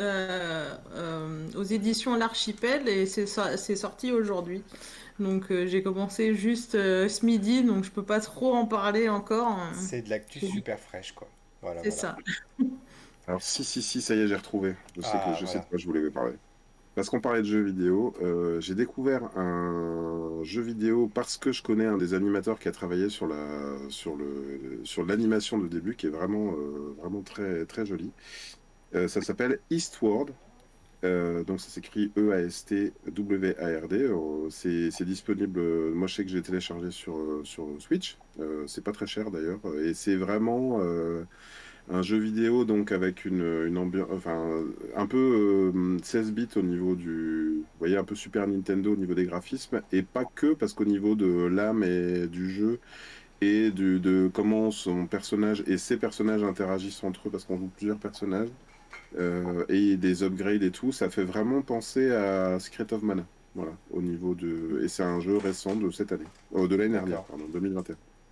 aux éditions L'Archipel et c'est sorti aujourd'hui. Donc j'ai commencé juste ce midi, donc je peux pas trop en parler encore. C'est de l'actu super fraîche, quoi. Voilà, C'est voilà. ça. Alors, si, ça y est, j'ai retrouvé. Ah, Je sais de voilà. quoi je voulais vous parler. Parce qu'on parlait de jeux vidéo, j'ai découvert un jeu vidéo parce que je connais un des animateurs qui a travaillé sur l'animation de début, qui est vraiment très, très joli. Ça s'appelle Eastward. Donc ça s'écrit Eastward. C'est disponible. Moi, je sais que j'ai téléchargé sur Switch. C'est pas très cher d'ailleurs. Et c'est vraiment un jeu vidéo donc avec une ambiance, enfin un peu 16 bits au niveau vous voyez, un peu Super Nintendo au niveau des graphismes, et pas que, parce qu'au niveau de l'âme et du jeu et de comment son personnage et ses personnages interagissent entre eux, parce qu'on joue plusieurs personnages, et des upgrades et tout, ça fait vraiment penser à Secret of Mana. Voilà, au niveau et c'est un jeu récent de cette année, de l'année dernière, D'accord. pardon, 2021.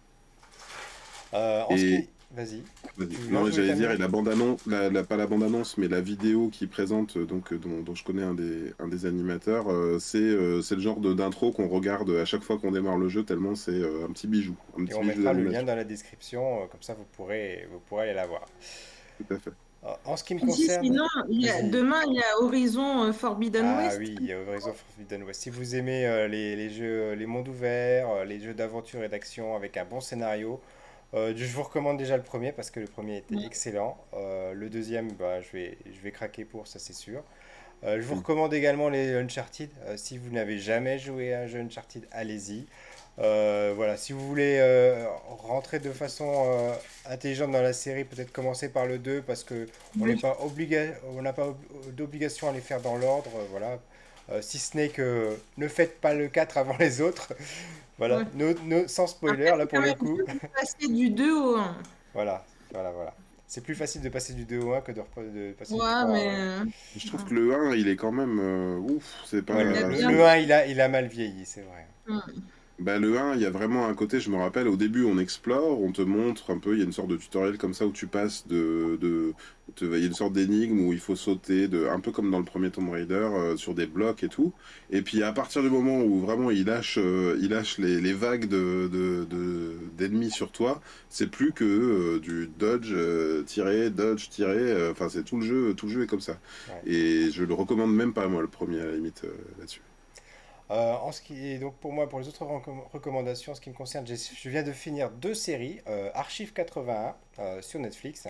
En ce Et qui... Vas-y. vas-y. Non, Non, je voulais j'allais dire, terminer. et la bande-annonce, pas la bande-annonce, mais la vidéo qui présente, dont je connais un des animateurs, c'est le genre d'intro qu'on regarde à chaque fois qu'on démarre le jeu, tellement c'est un petit bijou, un Et petit on bijou mettra le lien d'animation. dans la description, comme ça vous pourrez aller la voir. Tout à fait. En ce qui me Et si, concerne, sinon, vas-y. demain, il y a Horizon Forbidden Ah West. oui, il y a Horizon Forbidden West. Si vous aimez les jeux, les mondes ouverts, les jeux d'aventure et d'action avec un bon scénario, je vous recommande déjà le premier parce que le premier était excellent. Le deuxième, bah, je vais craquer pour, ça c'est sûr. Je vous Mm. recommande également les Uncharted. Si vous n'avez jamais joué à un jeu Uncharted, allez-y. Voilà, si vous voulez rentrer de façon intelligente dans la série, peut-être commencer par le 2 parce que Oui. on n'a pas d'obligation à les faire dans l'ordre, voilà. Si ce n'est que ne faites pas le 4 avant les autres. Voilà, Ouais. sans Après, spoiler là c'est pour quand le même coup. mieux de passer du 2 au 1. Voilà. C'est plus facile de passer du 2 au 1 que de passer du Ouais, 3. mais Je trouve que le 1, il est quand même ouf, c'est Ouais, il a pas. bien. le 1 il a mal vieilli, c'est vrai. Bah, le 1, il y a vraiment un côté, je me rappelle, au début, on explore, on te montre un peu, il y a une sorte de tutoriel comme ça où tu passes il y a une sorte d'énigme où il faut sauter, un peu comme dans le premier Tomb Raider, sur des blocs et tout. Et puis à partir du moment où vraiment il lâche les vagues d'ennemis sur toi, c'est plus que du dodge, tirer, enfin c'est tout le jeu est comme ça. Ouais. Et je le recommande même pas, moi, le premier, à la limite, là-dessus. En ce qui est donc pour moi, pour les autres recommandations, en ce qui me concerne, je viens de finir deux séries, Archive 81 sur Netflix.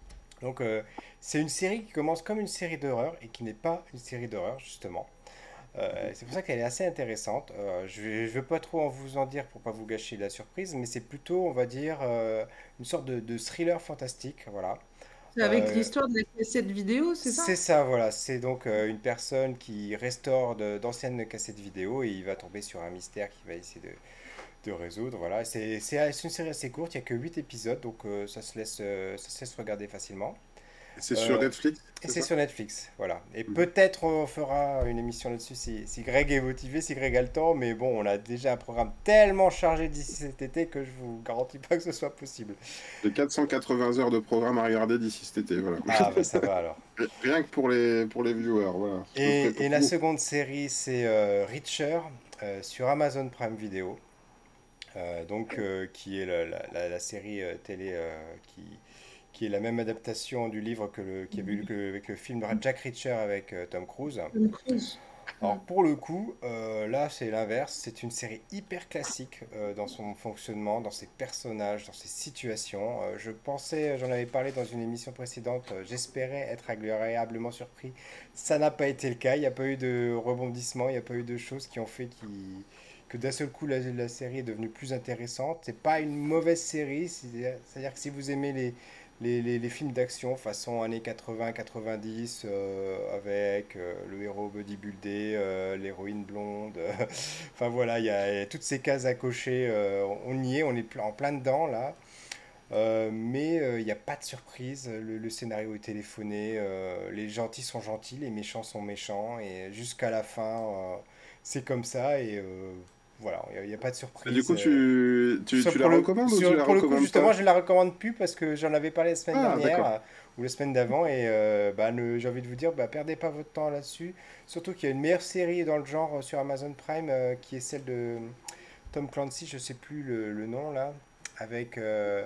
Donc c'est une série qui commence comme une série d'horreur et qui n'est pas une série d'horreur justement. C'est pour ça qu'elle est assez intéressante. Je ne veux pas trop vous en dire pour pas vous gâcher la surprise, mais c'est plutôt, on va dire, une sorte de thriller fantastique. Voilà. C'est avec Euh, l'histoire de la cassette vidéo, c'est c'est ça? ça, voilà. C'est donc une personne qui restaure d'anciennes cassettes vidéo et il va tomber sur un mystère qu'il va essayer de résoudre. Voilà. C'est une série assez courte, il n'y a que 8 épisodes, donc ça se laisse regarder facilement. C'est sur Euh, Netflix, et c'est c'est ça? sur Netflix, voilà. Et Mhm. peut-être on fera une émission là-dessus si Greg est motivé, si Greg a le temps, mais bon, on a déjà un programme tellement chargé d'ici cet été que je vous garantis pas que ce soit possible. J'ai 480 heures de programme à regarder d'ici cet été, voilà. Ah bah ça va alors. Rien que pour les viewers, voilà. Je me ferai Et la pour. seconde série, c'est Reacher sur Amazon Prime Video, qui est la série télé qui est la même adaptation du livre qui avait eu avec le film Jack Reacher avec Tom Cruise. Tom Cruise. Alors pour le coup, là c'est l'inverse, c'est une série hyper classique dans son fonctionnement, dans ses personnages, dans ses situations. Je pensais, j'en avais parlé dans une émission précédente, j'espérais être agréablement surpris. Ça n'a pas été le cas, il n'y a pas eu de rebondissement, il n'y a pas eu de choses qui ont fait que d'un seul coup la série est devenue plus intéressante. C'est pas une mauvaise série, c'est-à-dire que si vous aimez les films d'action façon années 80-90 avec le héros bodybuildé, l'héroïne blonde. Enfin voilà, il y a toutes ces cases à cocher. On y est, on est en plein dedans là. Mais il n'y a pas de surprise. Le scénario est téléphoné. Les gentils sont gentils, les méchants sont méchants. Et jusqu'à la fin, c'est comme ça. Et voilà, il n'y a pas de Et du surprise. coup, tu la recommandes ou tu la Pour le coup, recommandes justement, pas? je ne la recommande plus parce que j'en avais parlé la semaine Ah, dernière d'accord. ou la semaine d'avant et j'ai envie de vous dire, bah, perdez pas votre temps là-dessus. Surtout qu'il y a une meilleure série dans le genre sur Amazon Prime qui est celle de Tom Clancy, je sais plus le nom là, avec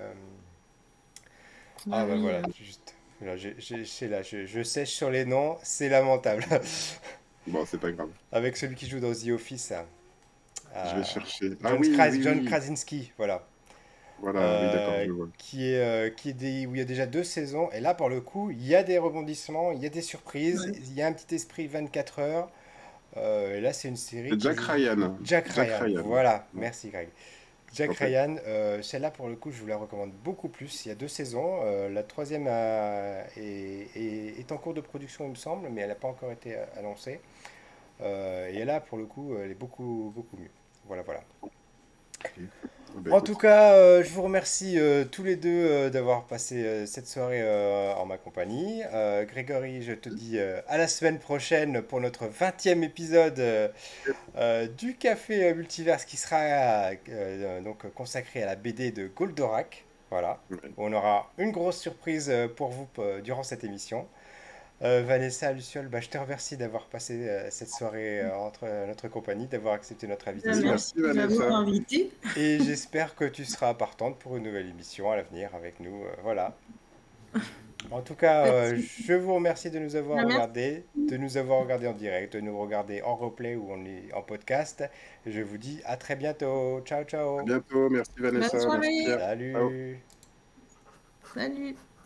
Ah ah bah oui. voilà, juste là, c'est là, je sèche sur les noms, c'est lamentable. Bon, c'est pas grave. Avec celui qui joue dans The Office, Je euh, vais chercher. Ah oui, oui, John oui. Krasinski, voilà. Voilà, oui, d'accord, je vois. Où il y a déjà 2 saisons. Et là, pour le coup, il y a des rebondissements, il y a des surprises, Ouais. il y a un petit esprit 24 heures. Et là, c'est une série C'est Jack Ryan. Jack Jack Ryan, Ryan. voilà, Ouais, merci Greg. Jack en fait. Ryan, celle-là, pour le coup, je vous la recommande beaucoup plus. Il y a 2 saisons. La troisième est en cours de production, il me semble, mais elle n'a pas encore été annoncée. Et là, pour le coup, elle est beaucoup, beaucoup mieux. Voilà, voilà. Ok. Ah bah, En tout écoute. cas, je vous remercie tous les deux d'avoir passé cette soirée en ma compagnie. Grégory, je te dis à la semaine prochaine pour notre 20e épisode du Café Multiverse qui sera donc consacré à la BD de Goldorak. Voilà. Ouais. On aura une grosse surprise pour vous durant cette émission. Vanessa, Luciole, bah, je te remercie d'avoir passé cette soirée entre notre compagnie, d'avoir accepté notre Ben, invitation. merci Merci de m'avoir Vanessa. invité. Et j'espère que tu seras partante pour une nouvelle émission à l'avenir avec nous. Voilà. En tout cas, Pas de souci. je vous remercie de nous avoir Ben, merci. regardés, de nous avoir regardés en direct, de nous regarder en replay ou en podcast. Et je vous dis à très bientôt. Ciao, À ciao. bientôt. Merci Bonne Vanessa. Merci soirée. Pierre. Ciao. Salut. Salut.